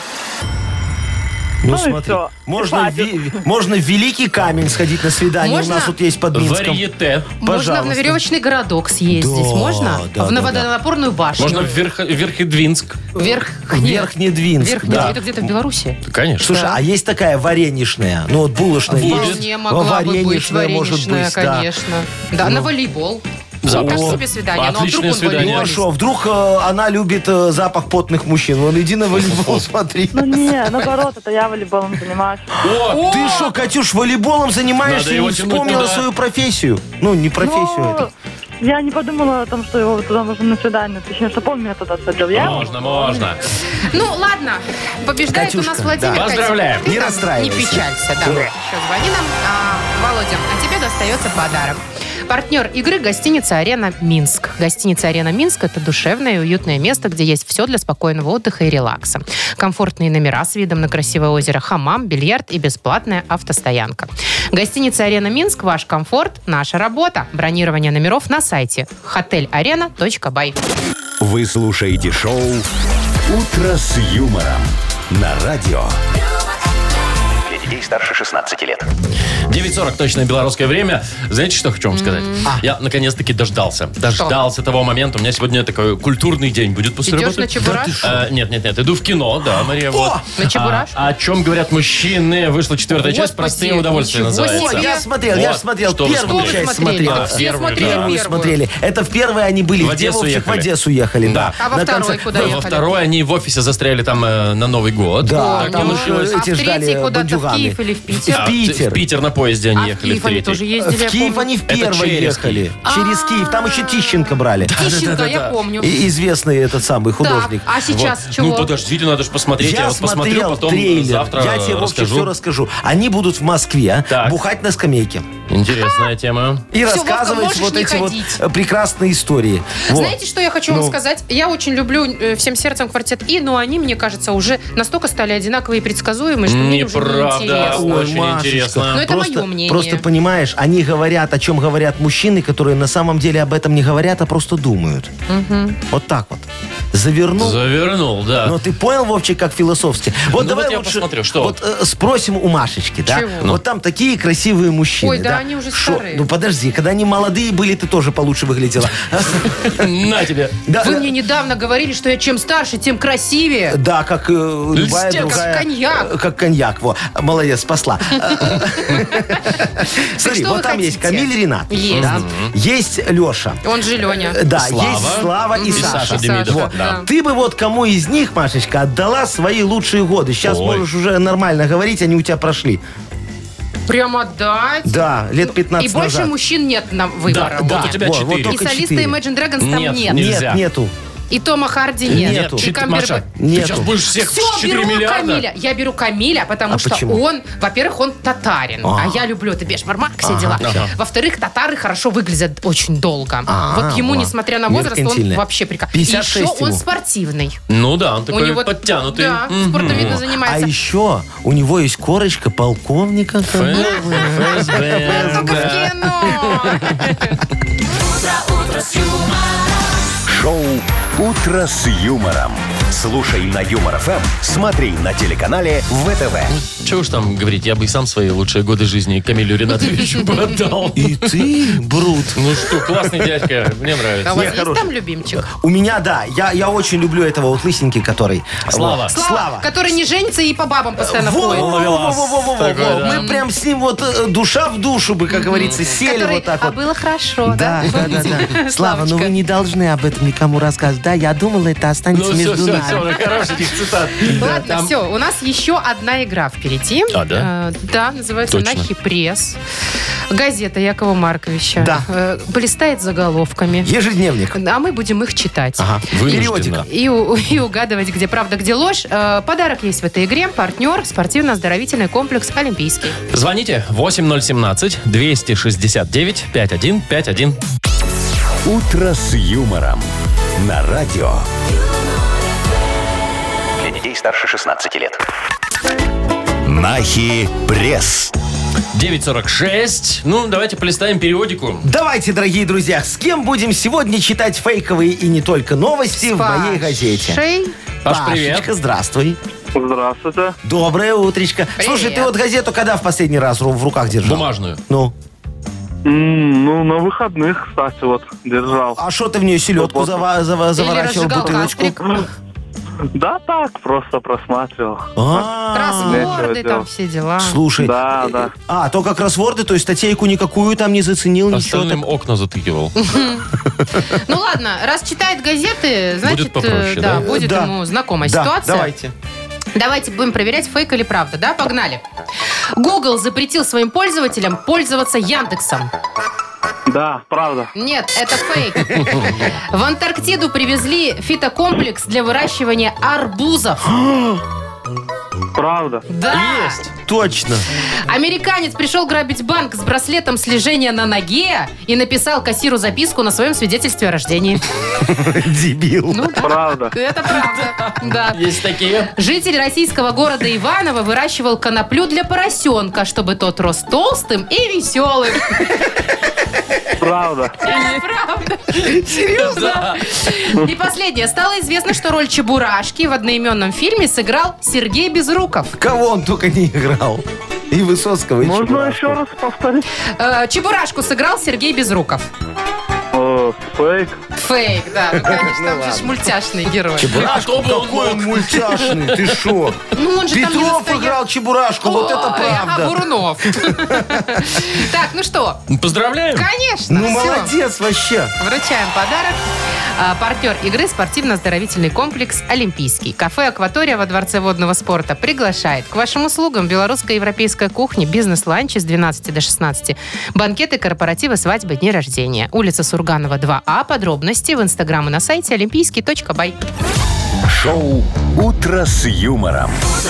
Ну,
Ну и
смотри,
всё.
можно,
Хватит.
ви- можно в Великий Камень сходить на свидание.
Можно
У нас тут есть под Минском.
варьете.
Можно
Пожалуйста.
на веревочный городок съездить.
Да,
Можно?
да,
в
да,
водонапорную башню.
Можно в Верх- Верхедвинск.
Вверх.
Верхнедвинск,
Вверх.
да.
Это где-то в Беларуси.
Конечно.
Слушай, а есть такая варенишная, ну вот булочная
Будет.
есть.
Вполне могла бы быть
Варенишная, может
вареничная,
быть, да.
конечно. Да, на волейбол.
Запросто.
Как себе свидание? Ну, а
Отличное
вдруг он
свидание.
Ну а
волейболист?
что, вдруг э, она любит э, запах потных мужчин? Вон, иди на волейбол, смотри.
Ну не, наоборот, это я волейболом занимаюсь.
О,
Ты что, Катюш, волейболом занимаешься
Надо
и
его
не
тянуть
вспомнила
туда.
свою профессию? Ну, не профессию,
Ну,
это.
я не подумала о том, что его туда можно на свидание. Точнее, что он меня туда садил. Я
можно, можно.
Ну, ладно. Побеждает у нас
Катюшка,
Владимир.
да.
Катя,
Поздравляем.
ты
Не
там
расстраивайся.
Не печалься. Давай, еще звони нам. А, Володя, а тебе достается подарок. Партнер игры — гостиница «Арена Минск». Гостиница «Арена Минск» — это душевное и уютное место, где есть все для спокойного отдыха и релакса. Комфортные номера с видом на красивое озеро, хамам, бильярд и бесплатная автостоянка. Гостиница «Арена Минск» — ваш комфорт, наша работа. Бронирование номеров на сайте хотель арена точка бай.
Вы слушаете шоу «Утро с юмором» на радио.
Для детей старше шестнадцати лет.
девять сорок точное белорусское время. Знаете, что хочу вам сказать? Я наконец-таки дождался. Дождался того момента. У меня сегодня такой культурный день будет после
Идешь
работы.
на Чебураш?
А, нет, нет, нет. Иду в кино, да, Мария, вот.
На Чебурашку?
А, о чем говорят мужчины? Вышла четвертая часть.
Господи,
Простые удовольствия
ничего
называется.
себе.
Я смотрел, я
Вот.
же смотрел
Что вы
первую
смотрели?
часть.
Что вы смотрели?
Смотрел.
Да, все
Первую,
смотрели
да.
Первую
первую.
смотрели. Это в первой они были.
В
Где,
Одессу
Вовчик,
ехали.
в Одессу ехали.
Да.
А во
На
второй
конце-
куда
Во
ехали?
второй они в офисе застряли там э, на Новый год.
Да,
Так
там
получилось.
еще
А в
эти ждали
третий куда-то в
бандюганы.
Киев или в Питер?
А,
в Питер.
В Питер на поезде они
А в
ехали
Киев
в
они
третий.
тоже ездили,
В
я
Киев
помню.
они в
Это
первой
через
ехали.
Киев.
Через Киев. Там еще Тищенко брали.
Тищенко, я помню.
И известный этот самый
Так,
художник.
а сейчас
Вот.
чего?
Ну, подождите, надо же посмотреть. Я,
Я
вот посмотрю,
смотрел
потом
трейлер.
завтра
Я тебе, Вовчик,
расскажу.
все расскажу. Они будут в Москве
Так.
бухать на скамейке.
Интересная тема.
И
Всё,
рассказывать
Вовка,
вот
можешь
эти
не
вот
ходить.
э, прекрасные истории. Вот.
Знаете, что я хочу вам
Ну.
сказать? Я очень люблю э, всем сердцем «Квартет И», но они, мне кажется, уже настолько стали одинаковые и предсказуемые, что мне уже
Неправда.
неинтересно.
Ой,
Очень
Машечка.
интересно.
Но это
просто,
мое мнение.
Просто понимаешь, они говорят, о чем говорят мужчины, которые на самом деле об этом не говорят, а просто думают. Вот так вот. Завернул.
Завернул, да.
Но ты понял, Вовчик, как философски? Вот
Ну
давай
вот я
лучше
посмотрю, что?
вот э, спросим у Машечки, да?
Чего?
Вот там такие красивые мужчины.
Ой, да, они уже
Шо?
старые.
Ну подожди, когда они молодые были, ты тоже получше выглядела.
На тебе.
Да,
Вы
э,
мне недавно говорили, что я чем старше, тем красивее.
Да, как э, любая
Льстец, как
другая...
коньяк.
э, Как коньяк, во. Молодец, спасла. Смотри,
что
вот
вы
там есть
хотите?
Камиль Ренат.
Есть.
да, Есть Леша.
Он же Леня.
Э, Да,
Слава.
есть Слава и
И
Саша.
Саша
И
Демидов.
Саша,
Да.
да.
Ты бы вот кому из них, Машечка, отдала свои лучшие годы. Сейчас
Ой.
можешь уже нормально говорить, они у тебя прошли.
Прям отдать?
Да, лет пятнадцать
И больше
назад.
мужчин нет на выбора.
Да, вот у тебя
вот,
четыре.
И
только
солиста
четыре.
Imagine Dragons там
Нет,
нет.
нет.
Нет,
Нельзя.
нету.
И Тома Харди нет.
Нету.
И
Чит-
Камбербэтч-
Маша, ты
Нету.
сейчас будешь всех
Все,
четыре
беру
миллиарда.
Камиля. Я беру Камиля, потому
А
что
почему?
он, во-первых, он татарин. А,
А.
я люблю это бешбармак, все дела.
ага.
Во-вторых, татары хорошо выглядят очень долго.
А,
вот ему,
во.
несмотря на возраст, он
Меркантильный.
вообще прекрасный.
пятьдесят
Еще
шесть
он
ему.
спортивный.
Ну да, он такой
у него
подтянутый.
Да,
Мгм.
спортом видно
А
занимается.
еще у него есть корочка полковника.
ФСБ.
Только в кино.
Шоу «Утро с юмором». Слушай на Юмор ФМ, смотри на телеканале ВТВ.
Чего уж там говорить, я бы и сам свои лучшие годы жизни Камилю Ринатовичу бы отдал.
И ты, Брут.
Ну что, классный дядька, мне
А у
нравится.
вас
Не,
есть
хороший.
там любимчик?
У меня, да, я, я очень люблю этого вот лысенький, который...
Слава.
Вот.
Слава,
Слава.
который не женится и по бабам постоянно
Во,
ходит.
во, во, во, во, во, во,
Такой,
во.
да.
Мы прям с ним вот э, душа в душу бы, как говорится, сели
Который,
вот так
а
вот.
было хорошо,
Да,
да?
да, да, да. Слава, ну
Славочка.
вы не должны об этом никому рассказывать. Да, я думала, это останется
Ну все,
между
все,
нами.
все, хороших этих цитат.
Ладно,
Там-
все, у нас еще одна игра впереди. впереди.
А, да?
Э, да, называется
Точно.
«Нахи пресс». Газета Якова Марковича.
Да.
Э, блистает заголовками.
Ежедневник.
А мы будем их читать.
Ага.
Вынуждена.
И, у- и угадывать, где правда, где ложь. Э, подарок есть в этой игре. Партнер спортивно-оздоровительный комплекс «Олимпийский».
Звоните восемь ноль семнадцать двести шестьдесят девять пятьдесят один пятьдесят один.
«Утро с юмором» на радио.
Для детей старше шестнадцати лет.
Нахи пресс.
девять сорок шесть. Ну, давайте полистаем периодику.
Давайте, дорогие друзья, с кем будем сегодня читать фейковые и не только новости в моей газете?
Пашей.
Паш, привет.
Пашечка, здравствуй.
Здравствуйте.
Доброе утречко.
Привет.
Слушай, ты вот газету когда в последний раз ру- в руках держал?
Бумажную.
Ну,
М, ну, на выходных, кстати, вот, держал.
а что ты в нее селедку
Вот.
зава- зава- заворачивал в
разжигал
бутылочку?
кастрик.
Да так, просто просматривал.
А,
Кроссворды,
Нечего
там
делать.
все дела.
Слушай,
Да, да.
а, только кроссворды, то есть статейку никакую там не заценил, ничего.
Остальным окна затыкивал.
Ну ладно, раз читает газеты, значит,
Будет попроще,
э, да,
да?
будет
Да.
ему знакомая
Да,
ситуация.
давайте.
Давайте будем проверять, фейк или правда, да? Погнали. Google запретил своим пользователям пользоваться Яндексом.
Да, правда.
Нет, это фейк. В Антарктиду привезли фитокомплекс для выращивания арбузов.
Правда.
Да.
Есть.
Точно.
Американец пришел грабить банк с браслетом слежения на ноге и написал кассиру записку на своем свидетельстве о рождении.
Дебил.
Ну да.
Правда.
Это правда. Да.
Есть такие.
Житель российского города Иваново выращивал коноплю для поросенка, чтобы тот рос толстым и веселым.
Правда.
Правда. Серьезно? И последнее. Стало известно, что роль Чебурашки в одноименном фильме сыграл Сергей Безруков.
Кого он только не играл. И Высоцкого, и
Можно
Чебурашку.
еще раз повторить?
Э, Чебурашку сыграл Сергей Безруков.
О, фейк.
Фейк, да. Ну, конечно, он же ж мультяшный герой.
Чебурашку?
А кто бы он
Какой
мог?
он мультяшный, ты шо?
Ну, он же там не
Петров
настоя-
играл Чебурашку, вот это
Ой, ага,
правда.
Бурунов. Так, ну что,
Поздравляем.
конечно,
Ну,
всё.
молодец вообще.
Вручаем подарок. А, партнер игры спортивно-оздоровительный комплекс «Олимпийский». Кафе «Акватория» во Дворце водного спорта приглашает к вашим услугам белорусская и европейская кухня, бизнес-ланчи с двенадцати до шестнадцати, банкеты, корпоративы, свадьбы, дни рождения. Улица Сурганова, два А. Подробности в инстаграм и на сайте олимпийский точка бай.
Шоу «Утро с юмором».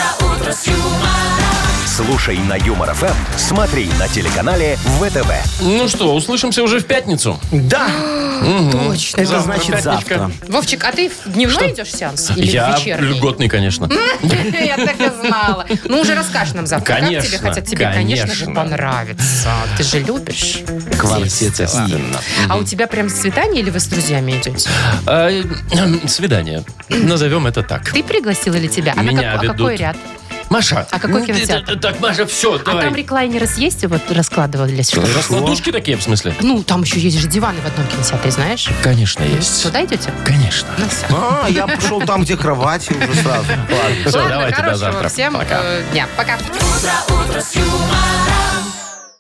Слушай на Юмор ФМ, смотри на телеканале ВТВ.
Ну что, услышимся уже в пятницу.
Да,
Точно.
это
Завтра
значит
пятничка.
завтра.
Вовчик, а ты в дневной идешь сеанс или
Я
в вечерний?
льготный, конечно.
Я так и знала. Ну, уже расскажешь нам завтра, как тебе,
Конечно,
хотя тебе, конечно же,
конечно.
понравится. Ты же любишь.
Квартет
Естественно.
А у тебя прям свидание или вы с друзьями идете?
А, э, Свидание. Назовем это так.
Ты пригласил или тебя? А, на
Меня
как- а
ведут.
какой ряд?
Маша.
А какой
ну,
кинотеатр?
ты- ты- Так, Маша, все,
А
давай.
там реклайнеры есть, вот раскладывались? что-то?
Раскладушки такие, в смысле?
Ну, там еще есть же диваны в одном кинотеатре, знаешь?
Конечно, есть.
Туда идете?
Конечно.
Ну, все.
А, я пошел там, где кровати уже сразу. Ладно.
Все,
Ладно,
давайте до
хорошего
завтра.
всем
Пока.
э, дня. Пока.
Утро, утро с юмором.